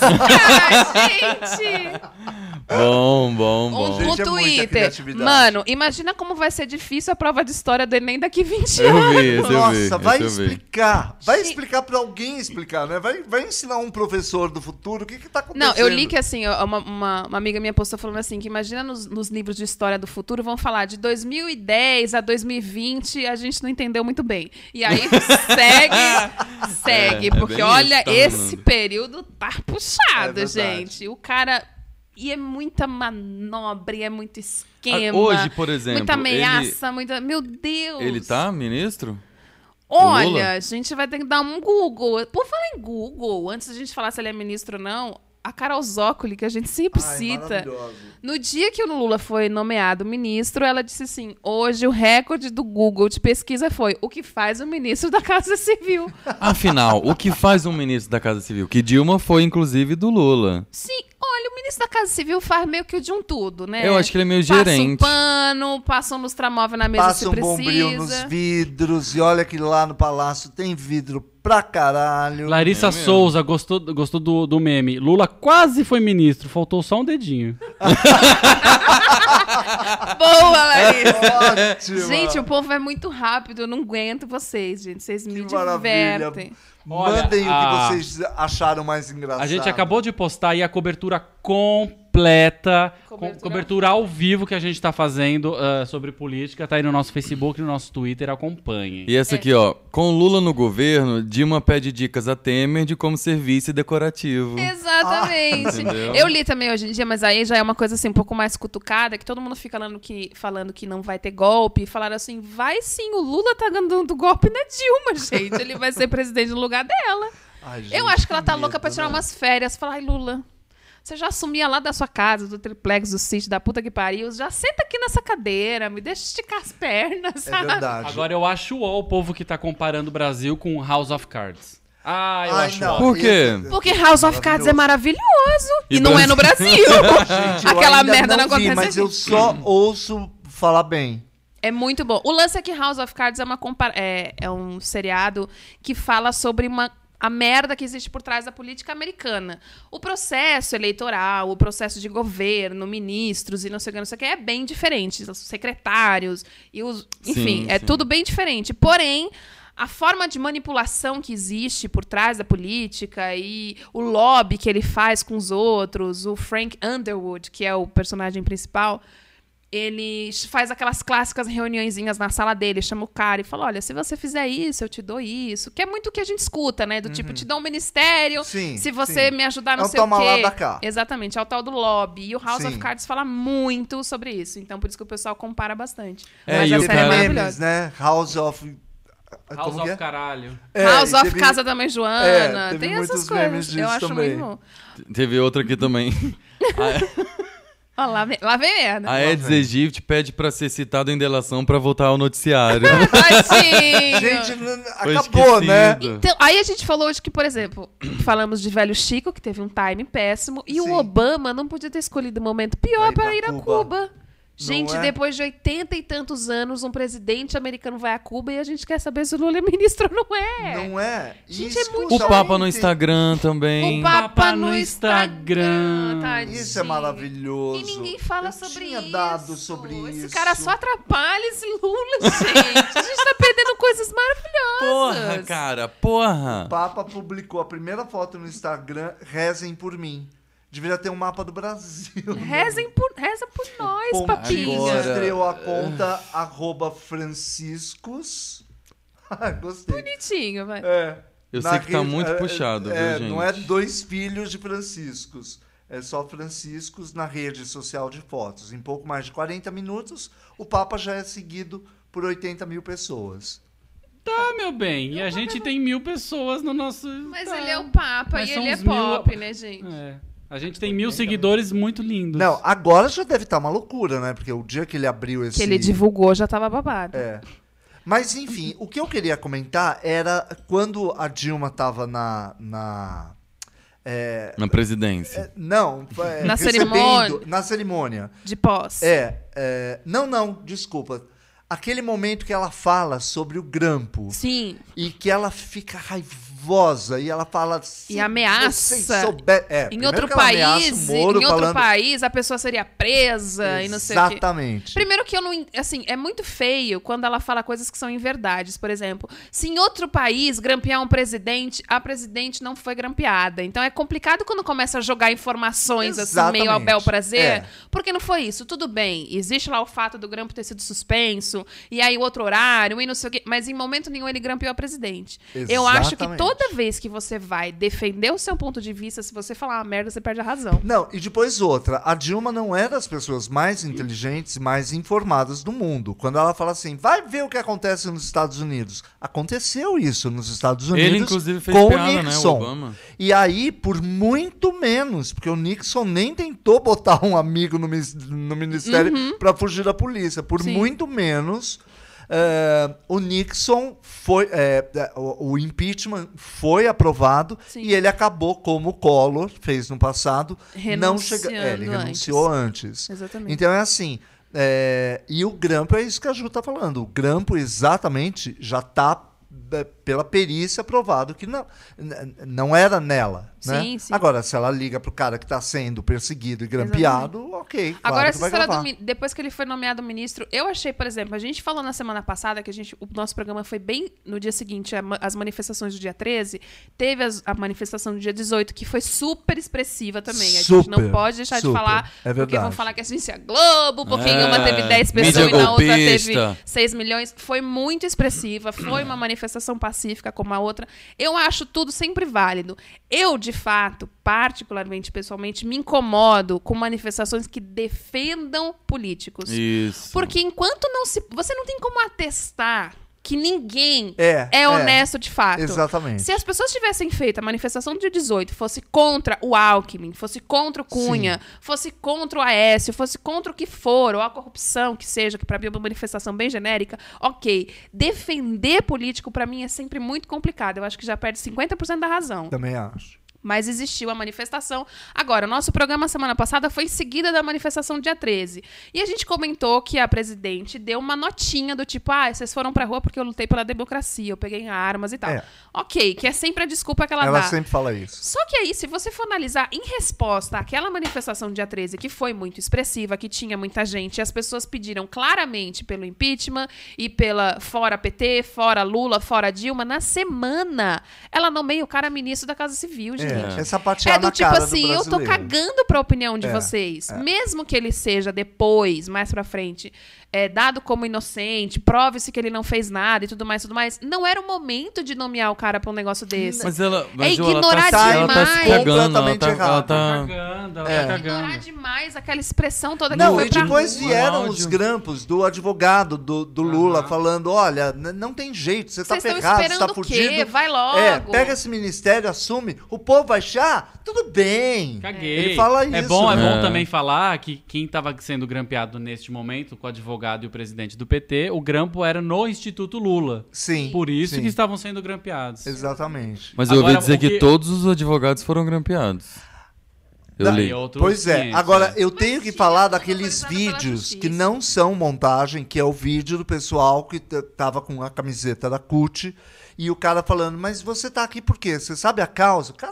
Ai, gente! Bom, bom, bom. Um, Gente, o é muita Twitter. criatividade. Mano, imagina como vai ser difícil a prova de história do Enem daqui vinte Eu anos. vi, esse eu vi. Nossa, vai esse eu vi. explicar. Vai Gente. explicar pra alguém explicar, né? Vai, vai ensinar um professor do futuro o que que tá acontecendo. Não, eu li que assim, ó, uma, uma, uma amiga minha postou falando assim, que imagina nos, nos livros de história do futuro, vão falar de dois mil e dez a dois mil e vinte, a gente não entendeu muito bem. E aí segue, segue, É, é porque bem olha, isso que tá esse rolando. período tá É puxado, verdade. gente. O cara... E é muita manobra, e é muito esquema. Ah, hoje, por exemplo, muita ameaça, muita... Meu Deus! Ele tá ministro? Olha, Lula? a gente vai ter que dar um Google. Por falar em Google, antes da gente falar se ele é ministro ou não, a Carol Zócoli, que a gente sempre Ai, cita, maravilhoso. no dia que o Lula foi nomeado ministro, ela disse assim, hoje o recorde do Google de pesquisa foi o que faz o ministro da Casa Civil. Afinal, o que faz um ministro da Casa Civil? Que Dilma foi, inclusive, do Lula. Sim, olha, o ministro ministro da Casa Civil faz meio que o de um tudo, né? Eu acho que ele é meio passa gerente. um pano, passa um lustramóvel na mesa Passa se um precisa. bombril nos vidros e olha que lá no palácio tem vidro pra caralho. Larissa É mesmo. Souza gostou, gostou do, do meme. Lula quase foi ministro, faltou só um dedinho. Boa, Larissa! Ótimo. Gente, o povo é muito rápido, eu não aguento vocês, gente. Vocês me Que maravilha. divertem. Olha, Mandem a- o que vocês acharam mais engraçado. A gente acabou de postar aí a cobertura completa, co- Cobertura cobertura, ao vivo que a gente tá fazendo ah, sobre política. Tá aí no nosso Facebook e no nosso Twitter, acompanhem. E essa aqui, ó. Com Lula no governo, Dilma pede dicas a Temer de como ser vice decorativo. Exatamente. Entendeu? Eu li também hoje em dia, mas aí já é uma coisa assim um pouco mais cutucada, que todo mundo fica falando que, falando que não vai ter golpe. E falaram assim, vai sim, o Lula tá dando golpe na Dilma, gente. Ele vai ser presidente no lugar dela. Ai, gente, Eu acho que ela tá medo, louca pra tirar né? umas férias. Falar, ai, Lula, você já assumia lá da sua casa, do triplex, do sítio, da puta que pariu. Já senta aqui nessa cadeira, me deixa esticar as pernas, É sabe? verdade. Agora eu acho ó, o povo que tá comparando o Brasil com House of Cards. Ah, eu Ai, acho não, ó. Por quê? esse- Porque House of Cards é maravilhoso. E, E não é no Brasil. Gente, eu Aquela ainda merda não, não vi, acontece mas aqui. eu só ouço falar bem. É muito bom. O lance é que House of Cards é, uma compara- é, é um seriado que fala sobre uma, a merda que existe por trás da política americana. O processo eleitoral, o processo de governo, ministros e não sei o que, não sei o que, é bem diferente. Os secretários e os... Enfim, Sim, é sim. tudo bem diferente. Porém, a forma de manipulação que existe por trás da política e o lobby que ele faz com os outros, o Frank Underwood, que é o personagem principal... Ele faz aquelas clássicas reuniõezinhas na sala dele, chama o cara e fala, olha, se você fizer isso, eu te dou isso. Que é muito o que a gente escuta, né? Do tipo, te dou um ministério, Sim, se você sim. me ajudar não É um sei o toma quê. lá da cá. Exatamente, é o tal do lobby. E o House Sim. of Cards fala muito sobre isso. Então, por isso que o pessoal compara bastante. É, Mas e a o série é cara- maravilhosa. memes, né? House of... House Como que of é? Caralho. É, House e of teve- Casa da Mãe Joana. É, teve tem muitos essas memes coisas. disso Eu acho também. muito bom. Teve outra aqui também. Ó, lá vem, lá vem merda. A Eds Egypt pede pra ser citado em delação pra voltar ao noticiário. Tadinho. Gente, n- Foi acabou, né? esquecido. Então, aí a gente falou hoje que, por exemplo, falamos de velho Chico, que teve um time péssimo, e Sim. o Obama não podia ter escolhido o momento pior Pra para ir ir pra a Cuba. Cuba. Gente, é? depois de oitenta e tantos anos, um presidente americano vai a Cuba e a gente quer saber se o Lula é ministro ou não é. Não é? Gente, é Isso muito O só Papa no tem- Instagram também. O Papa Papa no no Instagram, Instagram. tadinho. Isso é maravilhoso. E ninguém fala Eu sobre tinha isso. dado sobre esse isso. cara só atrapalha esse Lula, gente. A gente tá perdendo coisas maravilhosas. Porra, cara, porra. O Papa publicou a primeira foto no Instagram, rezem por mim. Deveria ter um mapa do Brasil. Rezem por, reza por nós, Pontinho papinha. Agora- estreou a conta arroba franciscos. Ah, Gostei. Bonitinho, vai. É. Eu Na sei que tá rede- muito é, puxado, é, viu, Não é gente? dois filhos de Franciscos. É só Franciscos na rede social de fotos. Em pouco mais de quarenta minutos, o Papa já é seguido por oitenta mil pessoas. Tá, meu bem. E a gente tem mil pessoas no nosso... Mas tá. ele é o Papa Mas e são ele é uns mil- pop, né, gente? É. A gente tem mil seguidores muito lindos. Não, agora já deve estar uma loucura, né? Porque o dia que ele abriu esse... Que ele divulgou já tava babado. É. Mas, enfim, o que eu queria comentar era quando a Dilma estava na... na é, Na presidência. é, não, é, Na recebendo- cerimônia. Na cerimônia. De pós. É, é, não, não, desculpa. Aquele momento que ela fala sobre o grampo Sim. e que ela fica raivosa e ela fala... "Se E ameaça. vocês souber-" É, Em primeiro outro que ela ameaça país, o Moro em outro falando- país, a pessoa seria presa e não sei o quê. Exatamente. Primeiro que eu não... en- Assim, é muito feio quando ela fala coisas que são inverdades. Por exemplo, se em outro país grampear um presidente, a presidente não foi grampeada. Então é complicado quando começa a jogar informações assim, meio ao Exatamente. bel prazer. É. Porque não foi isso. Tudo bem, existe lá o fato do grampo ter sido suspenso, e aí o outro horário, e não sei o quê. Mas em momento nenhum ele grampeou a presidente. Eu acho que Exatamente. toda vez que você vai defender o seu ponto de vista, se você falar uma merda, você perde a razão. Não, e depois outra. A Dilma não é das pessoas mais inteligentes e mais informadas do mundo. Quando ela fala assim, vai ver o que acontece nos Estados Unidos. Aconteceu isso nos Estados Unidos. Ele, inclusive, fez com piada, o né, o Nixon. Obama. E aí, por muito menos, porque o Nixon nem tentou botar um amigo no, mis- no ministério pra fugir da polícia. Por Sim. muito menos, Uh, o Nixon foi. É, o, o impeachment foi aprovado. Sim. E ele acabou, como o Collor fez no passado, não Renunciando chega. É, ele renunciou antes. Exatamente. Então é assim. É, e o grampo é isso que a Ju está falando. O grampo exatamente já está pela perícia provado que não, não era nela. Né? Sim, sim. Agora, se ela liga pro cara que está sendo perseguido e grampeado, exatamente. Ok. Claro. Agora, que essa vai história gravar. do, depois que ele foi nomeado ministro, eu achei, por exemplo, a gente falou na semana passada que a gente, o nosso programa foi bem no dia seguinte, a, as manifestações do dia treze, teve as, a manifestação do dia dezoito, que foi super expressiva também. Super, a gente não pode deixar super, de falar, é porque vão falar que a agência é Globo, porque em uma teve dez mídia pessoas e na outra golpista. teve seis milhões. Foi muito expressiva, foi uma manifestação pacífica como a outra. Eu acho tudo sempre válido. Eu, de fato, particularmente, pessoalmente, me incomodo com manifestações que defendam políticos. Isso. Porque enquanto não se... Você não tem como atestar que ninguém É, é é. honesto de fato. Exatamente. Se as pessoas tivessem feito a manifestação do dia dezoito, fosse contra o Alckmin, fosse contra o Cunha, Sim. fosse contra o Aécio, fosse contra o que for, ou a corrupção, que seja, que pra mim é uma manifestação bem genérica, ok. Defender político, pra mim, é sempre muito complicado. Eu acho que já perde cinquenta por cento da razão. Também acho. Mas existiu a manifestação. Agora, o nosso programa semana passada foi em seguida da manifestação dia treze. E a gente comentou que a presidente deu uma notinha do tipo, ah, vocês foram pra rua porque eu lutei pela democracia, eu peguei armas e tal. É. Ok, que é sempre a desculpa que ela, Ela dá. sempre fala isso. Só que aí, se você for analisar em resposta àquela manifestação dia treze, que foi muito expressiva, que tinha muita gente, e as pessoas pediram claramente pelo impeachment e pela fora P T, fora Lula, fora Dilma, na semana, ela nomeia o cara ministro da Casa Civil, gente. É, essa patear É do na tipo cara assim, do eu tô brasileiro. cagando pra opinião de É, vocês. é. Mesmo que ele seja depois, mais pra frente, é, dado como inocente, prove-se que ele não fez nada e tudo mais, tudo mais, não era o momento de nomear o cara pra um negócio desse. Mas ela, mas, É Ju, ela ignorar tá, ela tá se demais. cagando, ela Completamente tá, ela errado. tá... Cagando, ela É. tá Ignorar cagando. demais aquela expressão toda que Não, foi e pra depois rua. vieram áudio. os grampos do advogado do, do Lula Aham. falando, olha, n- não tem jeito, você tá Vocês estão ferrado, você esperando tá o quê? fudido. Vai logo. É, pega esse ministério, assume, o povo vai achar, tudo bem. Caguei. Ele fala É isso, bom, é né? bom também falar que quem estava sendo grampeado neste momento, com o advogado e o presidente do P T, o grampo era no Instituto Lula. Sim. Por isso sim, que estavam sendo grampeados. Exatamente. Mas eu ouvi Agora, dizer o que- que todos os advogados foram grampeados. Eu Da- li. E outros Pois é, quinhentos, agora né? eu tenho que tinha falar tudo daqueles autorizado pela vídeos justiça. que não são montagem, que é o vídeo do pessoal que t- tava com a camiseta da C U T e o cara falando, mas você tá aqui por quê? Você sabe a causa? O cara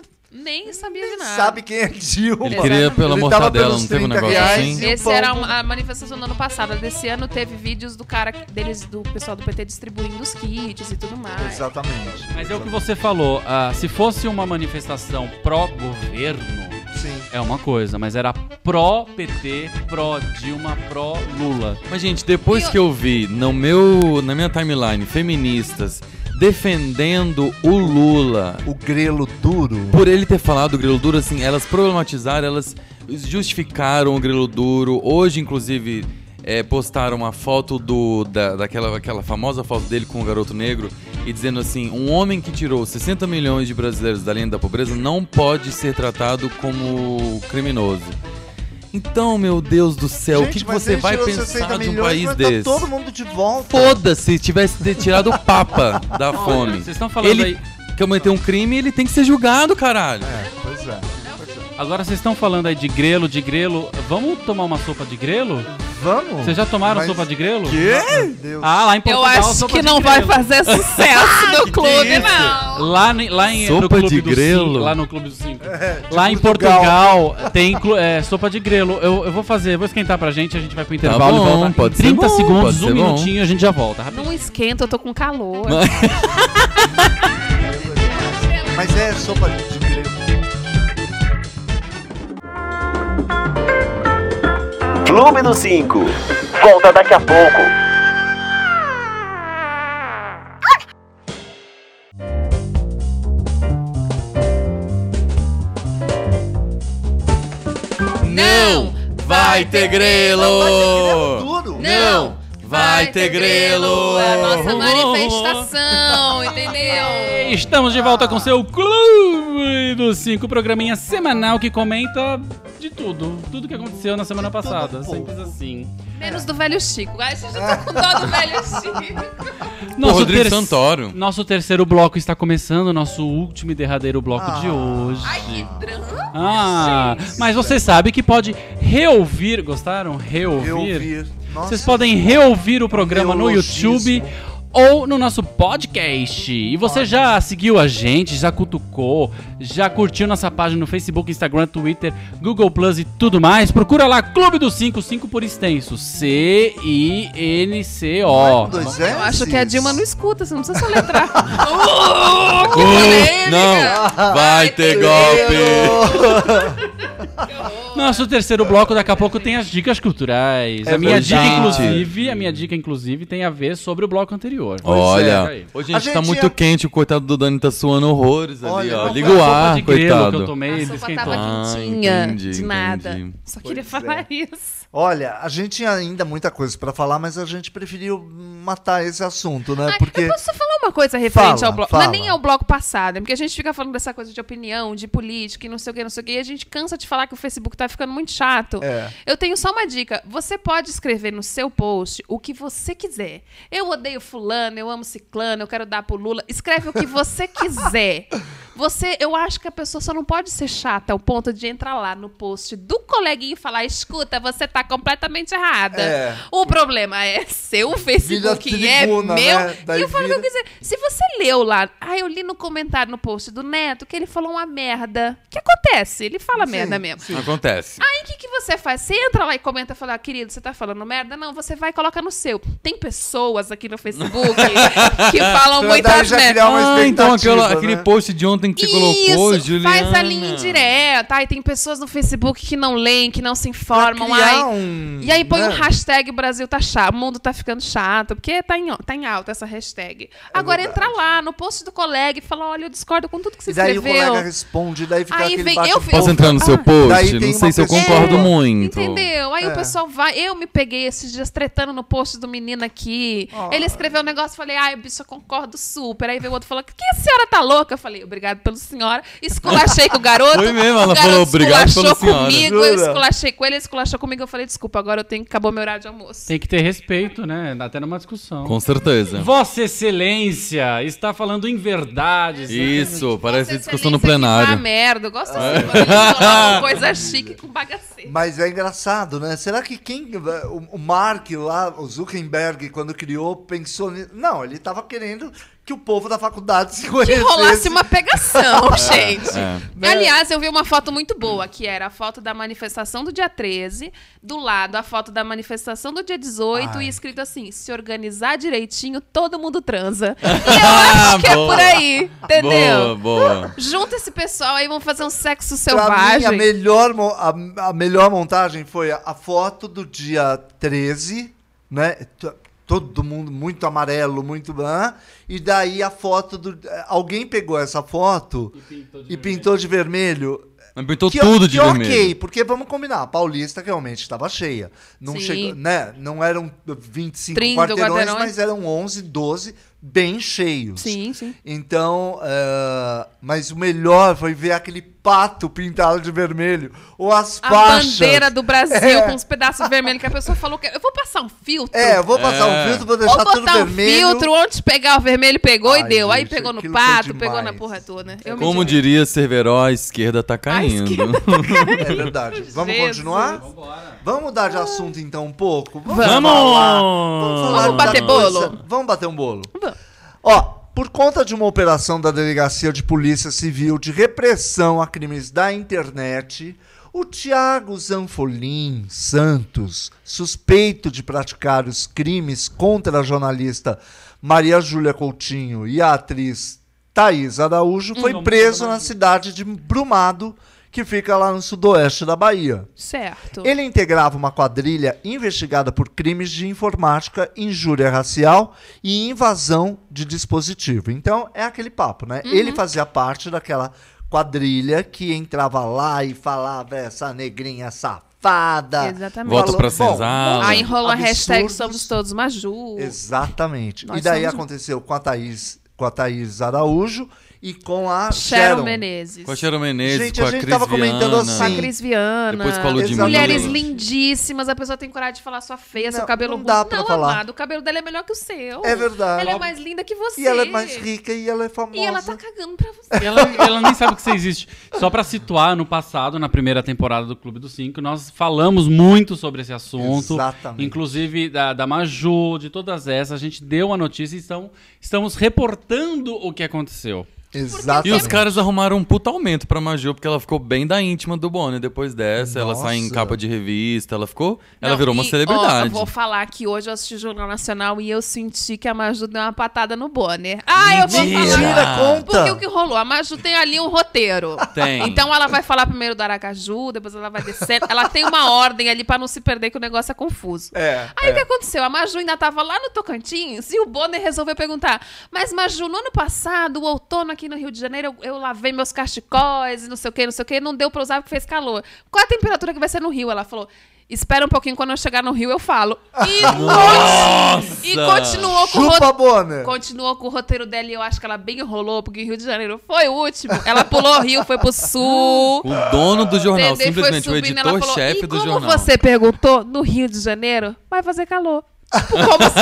Nem sabia de nem nada. sabe quem é Dilma. Ele queria pela Ele tava mortadela, pelos não teve um trinta negócio reais assim? e o Esse pão era com- a manifestação do ano passado. Desse ano teve vídeos do cara deles, do pessoal do P T distribuindo os kits e tudo mais. Exatamente. Mas é o que você falou, ah, se fosse uma manifestação pró-governo, Sim. é uma coisa, mas era pró-P T, pró-Dilma, pró-Lula. Mas, gente, depois E eu- que eu vi no meu, na minha timeline feministas defendendo o Lula, O grelo duro. por ele ter falado do grilo duro, assim, elas problematizaram, elas justificaram o grilo duro. Hoje, inclusive, é, postaram uma foto do, da, daquela aquela famosa foto dele com o garoto negro e dizendo assim, um homem que tirou sessenta milhões de brasileiros da linha da pobreza não pode ser tratado como criminoso. Então, meu Deus do céu, o que, que mas você ele vai tirou pensar sessenta de um milhões, país mas desse? Tá todo mundo de volta. Foda-se, se tivesse ter tirado o Papa da Olha, fome. vocês estão falando Ele aí... cometeu um crime, ele tem que ser julgado, caralho. É, pois é. Agora vocês estão falando aí de grelo, de grelo. Vamos tomar uma sopa de grelo? Vamos? Vocês já tomaram Mas- sopa de grelo? Quê? Meu Deus. Ah, lá em Eu Portugal, acho sopa que de não grelo. vai fazer sucesso no clube, não. Lá, ne- lá em no Sopa clube de do grelo? Cinco, lá no clube dos cinco. É, de lá em Portugal. Portugal tem clu- é, sopa de grelo. Eu, eu vou fazer, vou esquentar pra gente, a gente vai pro intervalo Tá bom, e volta. pode em ser trinta bom, segundos, pode um ser bom. minutinho, a gente já volta. Rapidinho. Não esquenta, eu tô com calor. Mas é sopa de grelo. Clube dos cinco. Volta daqui a pouco. Não Vai ter grelo! Duro. Não vai ter grelo. É a nossa manifestação, entendeu? Estamos de volta com seu Clube dos Cinco, programinha semanal que comenta de tudo. Tudo que aconteceu na semana passada. Simples assim. Menos do velho Chico. Ai, você já tá com dó do velho Chico. Nosso Rodrigo ter- Santoro. Nosso terceiro bloco está começando, nosso último e derradeiro bloco Ah. de hoje. Ai, que drama. Ah, gente. mas você sabe que pode reouvir. Gostaram? Reouvir? Reouvir. Nossa. Vocês podem reouvir o programa no Neologismo. YouTube ou no nosso podcast. E você já seguiu a gente, já cutucou, já curtiu nossa página no Facebook, Instagram, Twitter, Google Plus e tudo mais? Procura lá, Clube dos Cinco, cinco por extenso. C I N C O. Dois Eu acho que a Dilma não escuta, você não precisa soletrar. Uh, uh, que polêmica. não, vai ter golpe. Nosso terceiro bloco, daqui a pouco tem as dicas culturais. É a minha dica, verdade. inclusive, a minha dica, inclusive, tem a ver sobre o bloco anterior. Olha, é. hoje A a gente tá gente muito ia- quente, o coitado do Dani tá suando horrores ali, Olha, ó. não Liga Foi o a sopa ar, de grelo que eu coitado. tomei, A sopa esquentou. tava Ah, quentinha, entendi, de nada. entendi. Só queria Pois falar é. isso. Olha, a gente tinha ainda muita coisa pra falar, mas a gente preferiu matar esse assunto, né? Ai, Porque Eu posso falar uma coisa referente Fala, ao bloco? fala. Não é nem ao bloco passado, é porque a gente fica falando dessa coisa de opinião, de política e não sei o que, não sei o que, e a gente cansa de falar que o Facebook tá ficando muito chato. É. Eu tenho só uma dica. Você pode escrever no seu post o que você quiser. Eu odeio fulano, eu amo ciclano, eu quero dar pro Lula. Escreve o que você quiser. Você, eu acho que a pessoa só não pode ser chata ao ponto de entrar lá no post do coleguinha e falar: escuta, você tá completamente errada. É. O problema é seu Facebook Vira e é tribuna, meu. né? Daí E eu falo o que eu vira- quiser. Se você leu lá, ah, eu li no comentário no post do Neto que ele falou uma merda. O que acontece? Ele fala merda mesmo. Acontece. Aí o que, que você faz? Você entra lá e comenta e fala: ah, querido, você tá falando merda? Não, você vai e coloca no seu. Tem pessoas aqui no Facebook que falam Pra muitas daí já merdas. criar uma Ah, então aquela, expectativa, aquele né? post de ontem que você colocou, Isso, Juliana. faz a linha indireta. Aí tem pessoas no Facebook que não leem, que não se informam. Pra criar Ai, um, e aí põe né? um hashtag Brasil tá chato, o mundo tá ficando chato, porque tá em, tá em alta essa hashtag. Agora verdade. entra lá no post do colega e fala: olha, eu discordo com tudo que você E daí o escreveu. colega responde, daí fica Aí aquele vem- bate-boca. eu- Posso entrar no seu Ah, post? daí tem Não sei uma se eu pessoa- concordo É, muito. Entendeu? Aí É. o pessoal vai. Eu me peguei esses dias tretando no post do menino aqui. Ele escreveu um negócio, falei: ai, bicho, eu concordo super. Aí veio outro falando: que a senhora tá louca? Eu falei: obrigado pela senhora. Esculachei com o garoto. Foi mesmo, ela o garoto falou, "Obrigado esculachou pela senhora." comigo, eu Jura? esculachei com ele, ele esculachou comigo. Eu falei: desculpa, agora eu tenho que acabou meu horário de almoço. Tem que ter respeito, né? Até numa discussão. Com certeza. Vossa Excelência está falando em verdades. né? Isso, parece Nossa, discussão no excelência, que vá plenário. merda. Eu gosto assim, de falar uma coisa chique com bagaceiro. Mas é engraçado, né? Será que quem. O, o Mark lá, o Zuckerberg, quando criou, pensou nisso? Não, ele tava querendo que o povo da faculdade se Que conhecesse. rolasse uma pegação, gente. é. Aliás, eu vi uma foto muito boa, que era a foto da manifestação do dia treze, do lado a foto da manifestação do dia dezoito, Ai. e escrito assim: se organizar direitinho, todo mundo transa. E eu acho que é Boa. por aí, entendeu? Boa, boa. Junta esse pessoal aí, vão fazer um sexo Pra mim, a selvagem. melhor, mo- a, a melhor montagem foi a, a foto do dia treze, né? T- Todo mundo muito amarelo, muito. Ah, e daí a foto do. Alguém pegou essa foto e pintou de vermelho. Mas pintou Que, tudo que de vermelho. ok, porque vamos combinar, a Paulista realmente estava cheia. Não, Sim. chegou, né, não eram vinte e cinco trinta quarteirões, quarteirões. mas eram onze, doze bem cheios. Sim, sim. Então, eh, mas o melhor foi ver aquele pato pintado de vermelho, ou as A faixas. bandeira do Brasil É. com os pedaços vermelhos, que a pessoa falou que eu vou passar um filtro. É, eu vou passar É. um filtro, vou Ou deixar tudo botar um vermelho. filtro, onde pegar o vermelho, pegou e Ai, deu. Aí gente, pegou no aquilo foi pato, pegou na demais. porra toda. Eu me Como divirto. diria Cerveró, a esquerda tá caindo. esquerda É verdade. Vamos Jesus. continuar? Vamos mudar de assunto então um pouco? Vamos! falar- vamos, falar Vamos da bater coisa- bolo? Vamos bater um bolo. Vamos. Ó, por conta de uma operação da Delegacia de Polícia Civil de repressão a crimes da internet, o Tiago Zanfolim Santos, suspeito de praticar os crimes contra a jornalista Maria Júlia Coutinho e a atriz Thaís Araújo, foi Vamos preso falar na disso. cidade de Brumado, que fica lá no sudoeste da Bahia. Certo. Ele integrava uma quadrilha investigada por crimes de informática, injúria racial e invasão de dispositivo. Então, é aquele papo, né? Ele fazia parte daquela quadrilha que entrava lá e falava essa negrinha safada, safada. Exatamente. Voto Falou- pra Bom, senzala. Aí enrolou a absurdos. hashtag Somos Todos Maju. Exatamente. Nós e daí somos- aconteceu com a Thaís, com a Thaís Araújo e com a Sharon Sharon. Menezes. Com a Sharon Menezes, Gente, com a a gente Cris tava comentando Viana. assim, Com a Cris Viana. Depois com a Ludmilla. Mulheres Exatamente. lindíssimas, a pessoa tem coragem de falar sua feia, seu Não, cabelo não ruim. dá pra não, falar. amado, o cabelo dela é melhor que o seu. É verdade. Ela é mais linda que você. E ela é mais rica e ela é famosa. E ela tá cagando pra você. Ela, ela nem sabe que você existe. Só pra situar, no passado, na primeira temporada do Clube dos Cinco, nós falamos muito sobre esse assunto. Exatamente. Inclusive da, da Maju, de todas essas. A gente deu a notícia e estão, estamos reportando o que aconteceu. Exatamente. E os caras arrumaram um puta aumento pra Maju, porque ela ficou bem da íntima do Bonner depois dessa. Ela sai em Nossa. capa de revista, ela ficou. Ela Não, virou uma e, celebridade. Ó, eu vou falar que hoje eu assisti o Jornal Nacional e eu senti que a Maju deu uma patada no Bonner. Ah, eu vou Mentira! falar. Mentira, conta. Porque o que rolou? A Maju tem ali um roteiro. Tem. Então ela vai falar primeiro do Aracaju, depois ela vai descendo. Ela tem uma ordem ali pra não se perder, que o negócio é confuso. É, Aí é. o que aconteceu? A Maju ainda tava lá no Tocantins e o Bonner resolveu perguntar: mas Maju, no ano passado, o outono aqui no Rio de Janeiro, eu, eu lavei meus cachecóis e não sei o que, não sei o que, não deu pra usar porque fez calor. Qual é a temperatura que vai ser no Rio? Ela falou: espera um pouquinho, quando eu chegar no Rio eu falo. E, conti- e continuou com o Chupa, roteiro. Bonner. Continuou com o roteiro dela e eu acho que ela bem enrolou, porque o Rio de Janeiro foi o último. Ela pulou o Rio, foi pro sul. O dono do jornal, Entendeu? simplesmente Foi o subindo, ela falou, editor-chefe e do como jornal. você perguntou, no Rio de Janeiro vai fazer calor. Tipo, como se,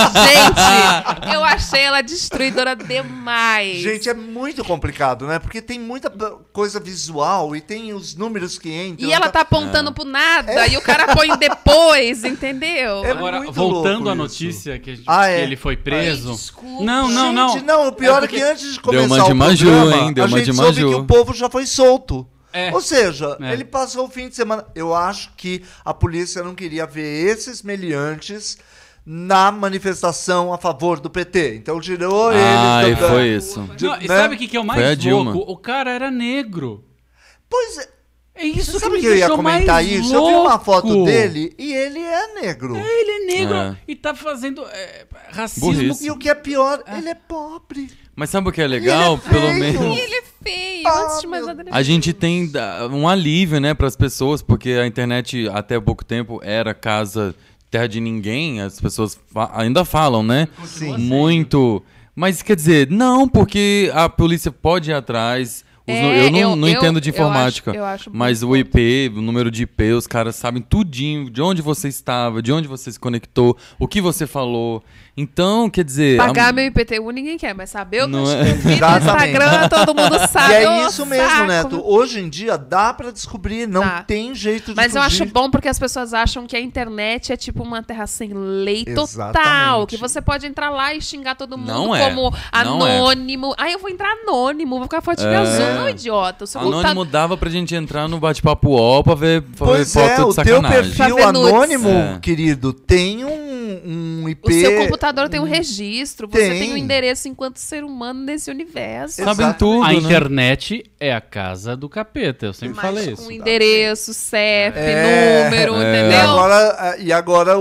gente, eu achei ela destruidora demais. Gente, é muito complicado, né? Porque tem muita b- coisa visual e tem os números que entram. E ela tá apontando pro nada e o cara põe depois, entendeu? É Agora, muito voltando louco à isso. notícia que, a gente- Ah, que é. ele foi preso. Ai, desculpa. não, não, não. Gente, não, o pior é, porque- que antes de começar uma de o Maju, programa, hein? Deu a uma gente de soube Maju. que o povo já foi solto. É. Ou seja, É. ele passou o fim de semana. Eu acho que a polícia não queria ver esses meliantes na manifestação a favor do P T. Então tirou Ah, eles. e da- foi isso. Não, e né? sabe o que, que é o Foi a mais Dilma. louco? O cara era negro. Pois é. É isso Você que sabe me que eu ia deixou comentar mais isso? Eu vi uma foto louco. dele e ele é negro. Ele é negro É. e tá fazendo é, racismo. Burrice. E o que é pior, ele é pobre. Mas sabe o que é legal? E ele é Pelo feio. menos. E ele é feio. Ah, Antes de mais meu nada, ele é A gente tem da- um alívio, né, para as pessoas, porque a internet até pouco tempo era casa terra de ninguém, as pessoas fa- ainda falam, né? Sim. Muito. Mas quer dizer, não, porque a polícia pode ir atrás. Os nu- É, eu não, eu- não eu- entendo de eu informática, acho- eu acho mas muito o I P, o número de I P, os caras sabem tudinho de onde você estava, de onde você se conectou, o que você falou. Então, quer dizer. Pagar a- meu I P T U ninguém quer, mas saber eu Não tô é? escrevi no Exatamente. Instagram, todo mundo sabe. E é ô, isso mesmo, saco. Neto. Hoje em dia dá pra descobrir, não Dá. tem jeito de Mas eu fugir. acho bom porque as pessoas acham que a internet é tipo uma terra sem lei total. Exatamente. Que você pode entrar lá e xingar todo mundo Não é. como Não é. anônimo. Aí eu vou entrar anônimo, vou ficar fotinho É. azul. Não, idiota. O seu Anônimo computador- dava pra gente entrar no bate-papo U O L pra ver, pra ver Pois foto é, de o teu sacanagem. perfil Pra ver nudes. anônimo, É. querido, tem um, um I P... O seu computador tem um registro. Você Tem. tem um endereço enquanto ser humano nesse universo. Exato. Sabem tudo, A né? internet é a casa do capeta, eu sempre Mas falei com isso. endereço, C E P, É. número, É. E entendeu? agora, e agora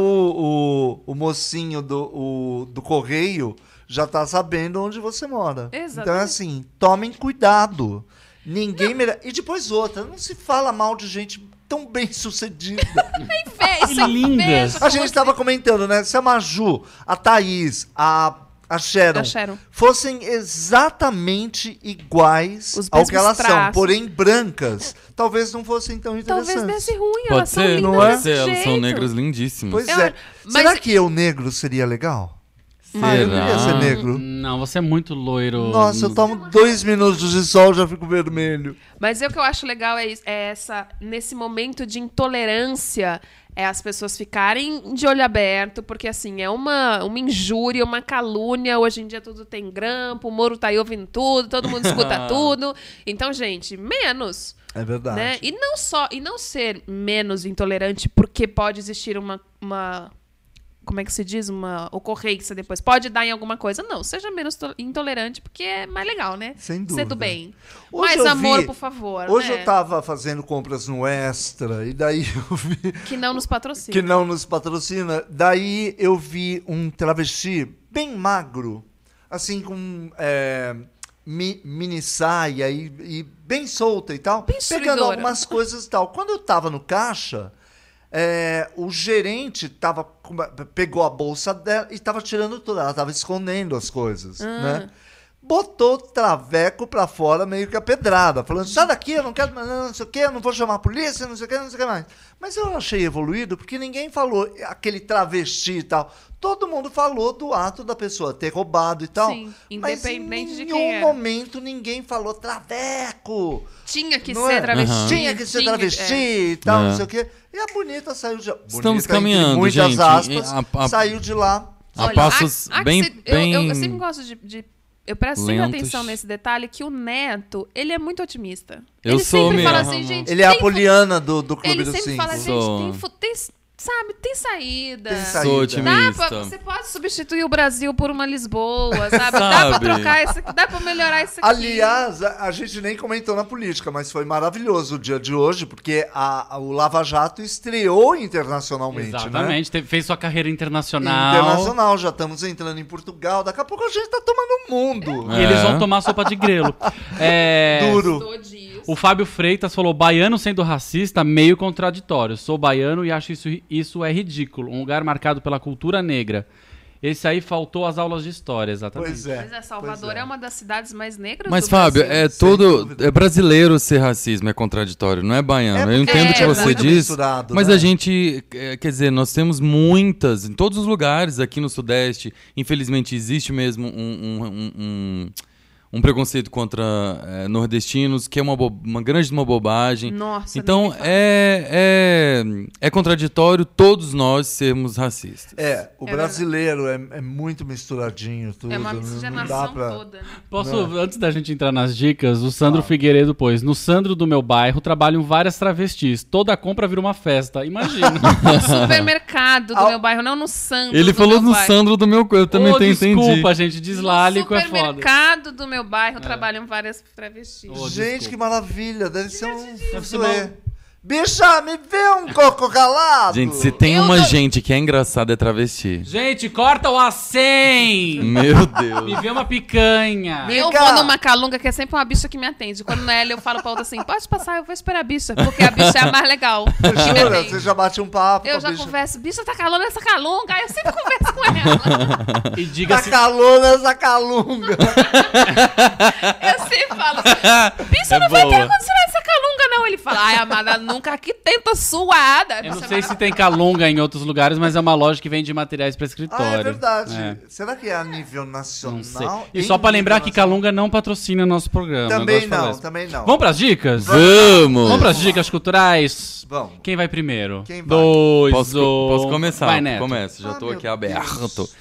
o, o, o mocinho do, o, do correio já tá sabendo onde você mora. Exatamente. Então, assim, tomem cuidado. Ninguém merece... E depois outra, não se fala mal de gente tão bem sucedida. Inveja, isso é lindas. inveja com A gente você. tava comentando, né? Se a Maju, a Thaís, a, a Sharon, A Sharon. fossem exatamente iguais Os ao mesmos que elas são, traços. porém brancas, talvez não fossem tão interessantes. Talvez desse ruim, Pode elas são ser, lindas não é? pode desse ser. Elas são jeito. negras lindíssimas. Pois Eu- é. mas- Será que eu negro seria legal? Será? Eu queria ser negro. Não, você é muito loiro. Nossa, eu tomo dois minutos de sol já fico vermelho. Mas o que eu acho legal é, isso- é essa, nesse momento de intolerância, é as pessoas ficarem de olho aberto, porque assim, é uma, uma injúria, uma calúnia, hoje em dia tudo tem grampo, o Moro tá aí ouvindo tudo, todo mundo escuta tudo. Então, gente, menos, É verdade. né? E não só, e não ser menos intolerante porque pode existir uma, uma como é que se diz? Uma ocorrência depois. Pode dar em alguma coisa. Não, seja menos to- intolerante, porque é mais legal, né? Sem Ser dúvida. do bem. Hoje Mais eu amor, vi- por favor. Hoje né? eu tava fazendo compras no Extra e daí eu vi Que não nos patrocina. que não nos patrocina. Daí eu vi um travesti bem magro, assim com é, mi- mini saia e, e bem solta e tal, Bem pegando destruidora. algumas coisas e tal. Quando eu tava no caixa, É, o gerente tava, pegou a bolsa dela e estava tirando tudo. Ela estava escondendo as coisas, Ah. né? Botou o traveco pra fora, meio que a pedrada, falando, sai daqui, eu não quero, não, não sei o que, eu não vou chamar a polícia, não sei o que, não sei o que mais. Mas eu achei evoluído porque ninguém falou aquele travesti e tal. Todo mundo falou do ato da pessoa ter roubado e tal. Sim, mas em independente de nenhum quem era. momento ninguém falou traveco. Tinha que Não ser é? travesti. Aham. Tinha que ser tinha- travesti é. e tal, É. não sei o quê. E a bonita saiu de Estamos bonita, entre caminhando, muitas gente. aspas, A- a- saiu de lá. A Olha, passos há- há que bem, se- eu, bem eu, eu sempre gosto de... de- eu presto sempre lentos. atenção nesse detalhe que o Neto, ele é muito otimista. Eu ele sou sempre fala mesmo. assim, gente... Ele é a tem fu- Poliana do, do Clube Ele dos sempre Cinco. fala, gente, Sou. tem, fu- tem, sabe, tem saída. Tem saída. Sou Dá otimista. pra, você pode substituir o Brasil por uma Lisboa, sabe? Dá pra Sabe? trocar isso aqui, dá pra melhorar isso aqui. Aliás, a, a gente nem comentou na política, mas foi maravilhoso o dia de hoje, porque a, a- o Lava Jato estreou internacionalmente, né? Exatamente, teve- fez sua carreira internacional. Internacional, já estamos entrando em Portugal, daqui a pouco a gente tá tomando o mundo. E É. eles vão tomar sopa de grelo. É, Duro. Tô disso. O Fábio Freitas falou: baiano sendo racista, meio contraditório. Sou baiano e acho isso, isso é ridículo. Um lugar marcado pela cultura negra. Esse aí faltou as aulas de história, exatamente. Pois é. Pois é, Salvador pois é. uma das cidades mais negras Mas, do Fábio, Brasil. é sem todo. dúvida. É brasileiro ser racismo, é contraditório, não é baiano. É Eu porque entendo o é que você muito diz. misturado, Mas né? a gente. é, Quer dizer, nós temos muitas, em todos os lugares aqui no Sudeste. Infelizmente, existe mesmo um. um, um, um um preconceito contra é, nordestinos, que é uma, bo- uma grande uma bobagem. Nossa, nem Então, me fala. é, é, é contraditório todos nós sermos racistas. É, o É brasileiro é, é muito misturadinho tudo. É uma não- não dá miscigenação pra... toda. né? Posso, antes da gente entrar nas dicas, o Sandro Figueiredo pôs: no Sandro do meu bairro trabalham várias travestis. Toda compra vira uma festa. Imagina. No supermercado do Ao- meu bairro, não no Santos Ele do falou meu no bairro. Sandro do meu... Eu também Ô, tenho entendi. desculpa, gente. Deslálico No é foda. supermercado do meu bairro trabalham várias travestis. Ô, Gente, desculpa. que maravilha. Deve ser um Deve ser fuzuê. bom. Bicha, me vê um coco calado. Gente, se tem Eu uma não- gente que é engraçada é travesti. Gente, corta o A cem! Meu Deus. Me vê uma picanha. Eu Vem vou cá. numa calunga que é sempre uma bicha que me atende. Quando não é ela, eu falo pra outra assim, pode passar, eu vou esperar a bicha. Porque a bicha é a mais legal. que me Jura? atende. Você já bate um papo Eu com a já bicha? converso, bicha tá calando essa calunga. Aí eu sempre converso com ela. E Tá diga-se. calor nessa calunga. Eu sempre falo assim, bicha É não vai ter boa. ar-condicionado nessa calunga, não. Ele fala, ai, amada, nunca aqui tenta suada. Eu não Bicha sei se maravilhosa. tem calunga em outros lugares, mas é uma loja que vende materiais para escritório. Ah, é verdade. É. Será que é a nível nacional? Não sei. E Em só pra lembrar nível que Calunga não patrocina nosso programa. eu Também gosto de falar não, isso. também não. Vamos pras dicas? Vamos! Vamos pras dicas culturais? Vamos. Quem vai primeiro? Quem vai? Dois, Posso, um. posso começar? Vai, Neto. Começo, já Ah, tô meu aqui aberto. Deus.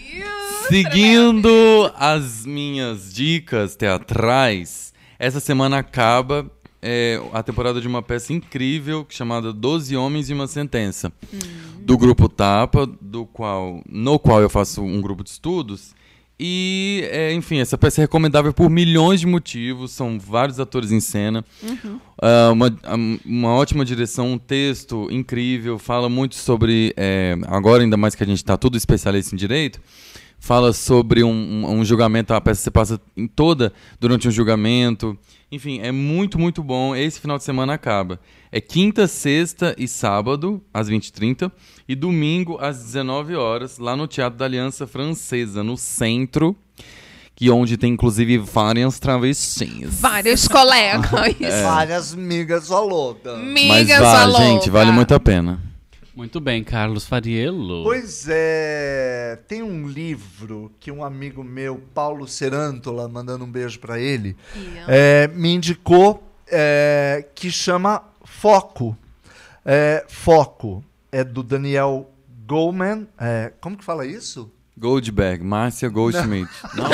Seguindo as minhas dicas teatrais, essa semana acaba é, a temporada de uma peça incrível chamada Doze Homens e uma Sentença, do grupo Tapa, do qual, no qual eu faço um grupo de estudos. E, é, enfim, essa peça é recomendável por milhões de motivos, são vários atores em cena, Ah, uma, ah, uma ótima direção, um texto incrível, fala muito sobre, é, agora ainda mais que a gente está tudo especialista em direito, fala sobre um, um, um julgamento, a peça se passa em toda durante um julgamento, enfim, é muito, muito bom. Esse final de semana acaba. É quinta, sexta e sábado, às vinte e trinta, e domingo, às dezenove horas, lá no Teatro da Aliança Francesa, no centro, que onde tem, inclusive, várias travestis. Vários colegas. Várias migas loucas. Mas Migas vale, louca. gente, vale muito a pena. Muito bem, Carlos Fariello. Pois é, tem um livro que um amigo meu, Paulo Cerantola, mandando um beijo pra ele, é, me indicou, é, que chama Foco. É, Foco. É do Daniel Goleman. É, como que fala isso? Goldberg, Márcia Goldschmidt. Não?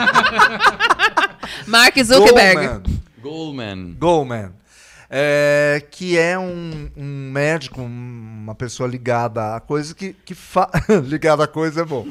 Mark Zuckerberg. Goleman. Goldman. Goleman. É, que é um, um médico, um- uma pessoa ligada a coisa que, que fa... ligada a coisa é bom.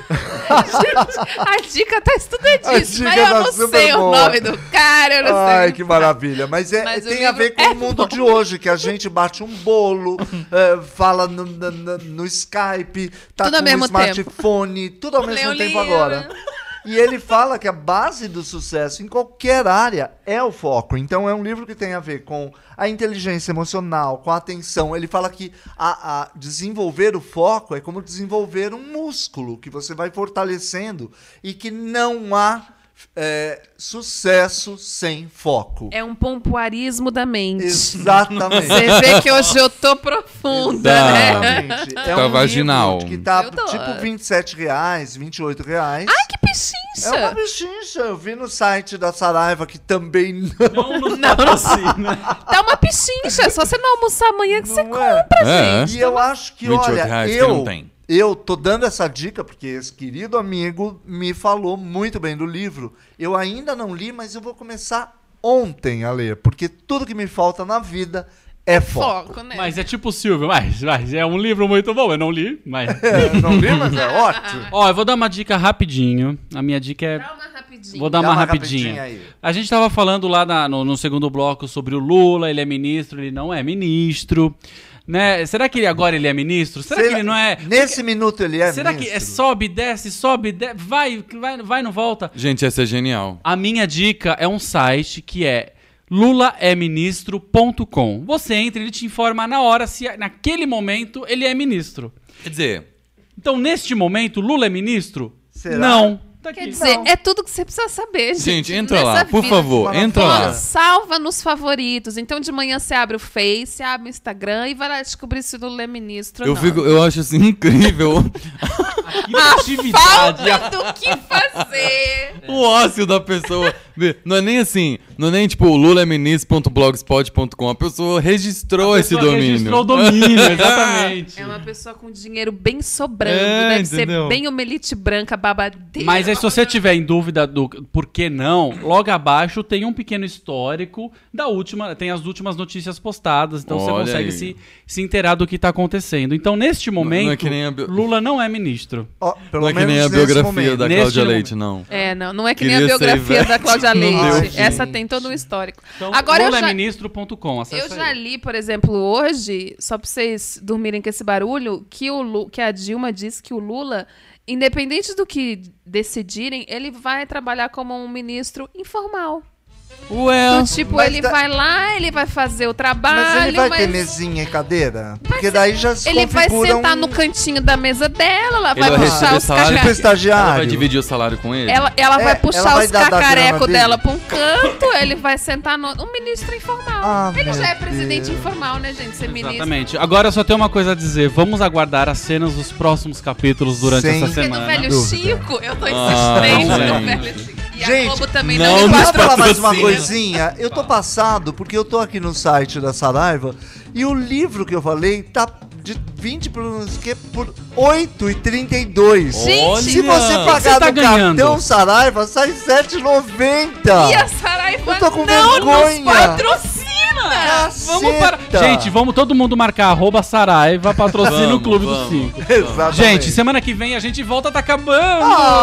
A dica tá A estudadíssima. dica Eu tá não super sei boa. o nome do cara, eu não Ai, sei. que maravilha. Mas, é, Mas o tem a livro ver com é o mundo bom. de hoje, que a gente bate um bolo, é, fala no, no- no- no Skype, tá Tudo ao com o mesmo smartphone, tudo ao Lê mesmo um tempo livro. agora. E ele fala que a base do sucesso em qualquer área é o foco. Então é um livro que tem a ver com a inteligência emocional, com a atenção. Ele fala que a, a desenvolver o foco é como desenvolver um músculo que você vai fortalecendo e que não há é, sucesso sem foco. É um pompoarismo da mente. Exatamente. Você vê que hoje eu tô profunda, né? Exatamente. É Tá um vaginal. livro que tá Eu tô- tipo vinte e sete reais, vinte e oito reais. Ai, que É pechincha! uma bichincha. Eu vi no site da Saraiva que também não. Não, não, não, assim, né? Tá uma pechincha. É só você não almoçar amanhã que você Não é. compra, É. gente. E eu acho que, vinte e oito olha, reais que eu, não tem. eu tô dando essa dica porque esse querido amigo me falou muito bem do livro. Eu ainda não li, mas eu vou começar ontem a ler, porque tudo que me falta na vida é foco. Foco, né? Mas é tipo o Silvio, mas, mas é um livro muito bom, eu não li, mas... É, não li, mas é ótimo. Ó, eu vou dar uma dica rapidinho. A minha dica é... Dá uma rapidinho. Vou dar Dá uma, uma rapidinha. rapidinha aí. A gente tava falando lá na- no, no segundo bloco sobre o Lula, ele é ministro, ele não é ministro, né? Será que ele agora ele é ministro? Será, que ele não é... Nesse minuto ele é Será ministro? que é sobe, desce, sobe, desce, vai, vai, vai, não volta? Gente, essa é genial. A minha dica é um site que é lula é ministro ponto com. Você entra, ele te informa na hora se naquele momento ele é ministro. Quer dizer, Então, neste momento, Lula é ministro? Será? Não. Tá aqui. Quer dizer, é tudo que você precisa saber, gente. gente, entra nessa lá, por vida. favor, Fala entra fora. lá. Salva nos favoritos. Então, de manhã você abre o Face, abre o Instagram e vai lá descobrir se o Lula é ministro Eu, ou não. fico, eu acho assim incrível Criatividade. a- Falta do que fazer. o ócio da pessoa. Não é nem assim, não é nem tipo lula é ministro ponto blogspot ponto com. A pessoa registrou a esse pessoa domínio. registrou o domínio, exatamente. É uma pessoa com dinheiro bem sobrando. É, deve entendeu? ser bem omelite branca, babadeira. Mas aí, se você tiver em dúvida do por que não, logo abaixo tem um pequeno histórico da última, tem as últimas notícias postadas, então você Olha consegue aí. se, se inteirar do que tá acontecendo. Então, neste momento, não é que nem a bio- Lula não é ministro. Ó, pelo Não é que nem menos a nesse biografia momento. da Neste Cláudia momento. Leite, não. É, não, não é que nem a Queria ser biografia Ivete. da Cláudia Leite. Ai, gente. Essa tem todo um histórico. Então, Agora eu lula já, é ministro ponto com, acessa eu já aí. li, por exemplo, hoje, só pra vocês dormirem com esse barulho, que, o Lu, que a Dilma disse que o Lula, independente do que decidirem, ele vai trabalhar como um ministro informal. Ué, Do tipo, mas ele tá- vai lá, ele vai fazer o trabalho, Mas ele vai mas ter mesinha e cadeira? Porque daí já se ele vai configura sentar um... no cantinho da mesa dela, ela ele vai vai puxar receber os salário. Tipo cacarecos. estagiário. Ela vai dividir o salário com ele? Ela, ela É, vai ela puxar vai os dar da cacarecos grana dela dele. pra um canto, ele vai sentar no. Um ministro informal. Ah, ele já meu é presidente Deus. informal, né, gente? Ser ministro. Exatamente. Agora só tem uma coisa a dizer. Vamos aguardar as cenas dos próximos capítulos durante Sem essa Porque semana. do velho Dúvida. Chico, eu tô Ah, insistente no gente. velho Chico. E a Gente, Globo também não não, nos me Posso falar mais uma patrocina. coisinha? Eu tô passado, porque eu tô aqui no site da Saraiva e o livro que eu falei tá de vinte por, que, por oito e trinta e dois. Gente, Se você Olha! pagar Você tá no ganhando? cartão Saraiva, sai sete e noventa. E a Saraiva Eu tô com não vergonha. nos patrocina! Vamos para... Gente, vamos todo mundo marcar arroba Saraiva, patrocina o Vamos, Clube vamos. dos Cinco. Exatamente. Gente, semana que vem a gente volta, tá acabando.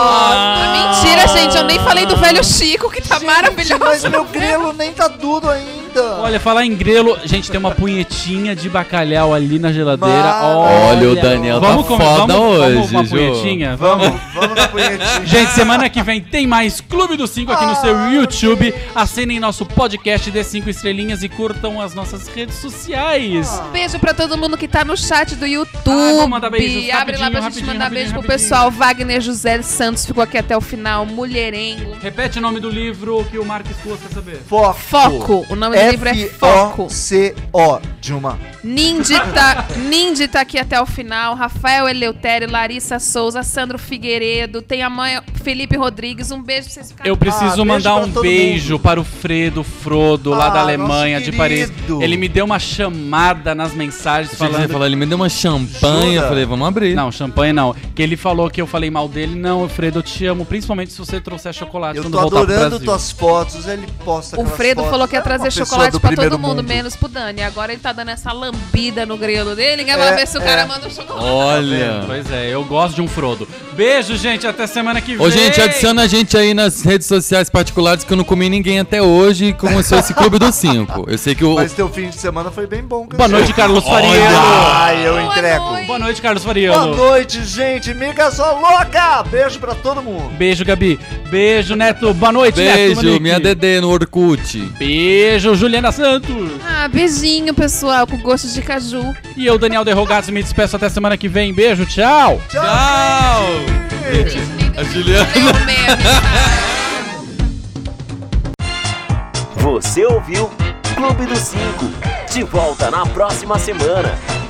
Ah, mentira, gente, eu nem falei do velho Chico, que tá Gente, maravilhoso. mas meu grelo nem tá duro ainda. Olha, falar em grelo, gente, tem uma punhetinha de bacalhau ali na geladeira. Maravilha. Olha, o Daniel tá vamos comer- foda vamos, hoje, Vamos uma Ju. punhetinha? Vamos, vamos na punhetinha. Gente, semana que vem tem mais Clube dos Cinco aqui no seu Ai, YouTube. Assinem nosso podcast, dê cinco estrelinhas e curtam as nossas redes sociais. Um beijo pra todo mundo que tá no chat do YouTube. Ah, vou mandar beijos, Abre lá pra rapidinho, gente mandar rapidinho, beijo pro rapidinho. pessoal. Wagner José Santos ficou aqui até o final. Mulherengo. Repete o nome do livro que o Marcos Costa quer saber. Foco. Foco. O nome do livro é Foco. F O C O, Dilma. Nindy tá, Nindy tá aqui até o final. Rafael Eleutério, Larissa Souza, Sandro Figueiredo. Tem a mãe Felipe Rodrigues. Um beijo pra vocês ficarem. Eu preciso Ah, beijo mandar pra um todo beijo mundo. para o Fredo Frodo, lá Ah, da Alemanha, nosso de Paris. querido. Ele me deu uma chamada nas mensagens Falando... falando... Falar, ele me deu uma champanhe, Jura? eu falei, vamos abrir. Não, champanhe não. Que ele falou que eu falei mal dele. Não, Fredo, eu te amo, principalmente se você trouxer chocolate Eu quando tô voltar pro adorando Brasil. tuas fotos, ele posta O aquelas Fredo fotos. falou que ia É uma trazer pessoa chocolate do pra todo primeiro mundo, menos pro Dani. Agora ele tá dando essa lambida no grelo dele, que é pra É, ver se o é. cara manda um chocolate. Olha. Pois é, eu gosto de um Frodo. Beijo, gente, até semana que vem. Ô, gente, adiciona a gente aí nas redes sociais particulares que eu não comi ninguém até hoje e começou esse Clube dos Cinco. Eu sei que o... Mas teu fim de semana foi bem bom. Boa noite, Carlos Fariano. Ai, eu Boa entrego. noite. Boa noite, Carlos Boa Fariano. noite, gente. Miga sua louca. Beijo pra todo mundo. Beijo, Gabi. Beijo, Neto. Boa noite, Neto. Beijo, Monique. minha Dedê no Orkut. Beijo, Juliana Santos. Ah, beijinho, pessoal, com gosto de caju. E eu, Daniel Derrogados, me despeço até semana que vem. Beijo, tchau. Tchau! A Juliana. Leu mesmo, Você ouviu Clube dos Cinco. De volta na próxima semana.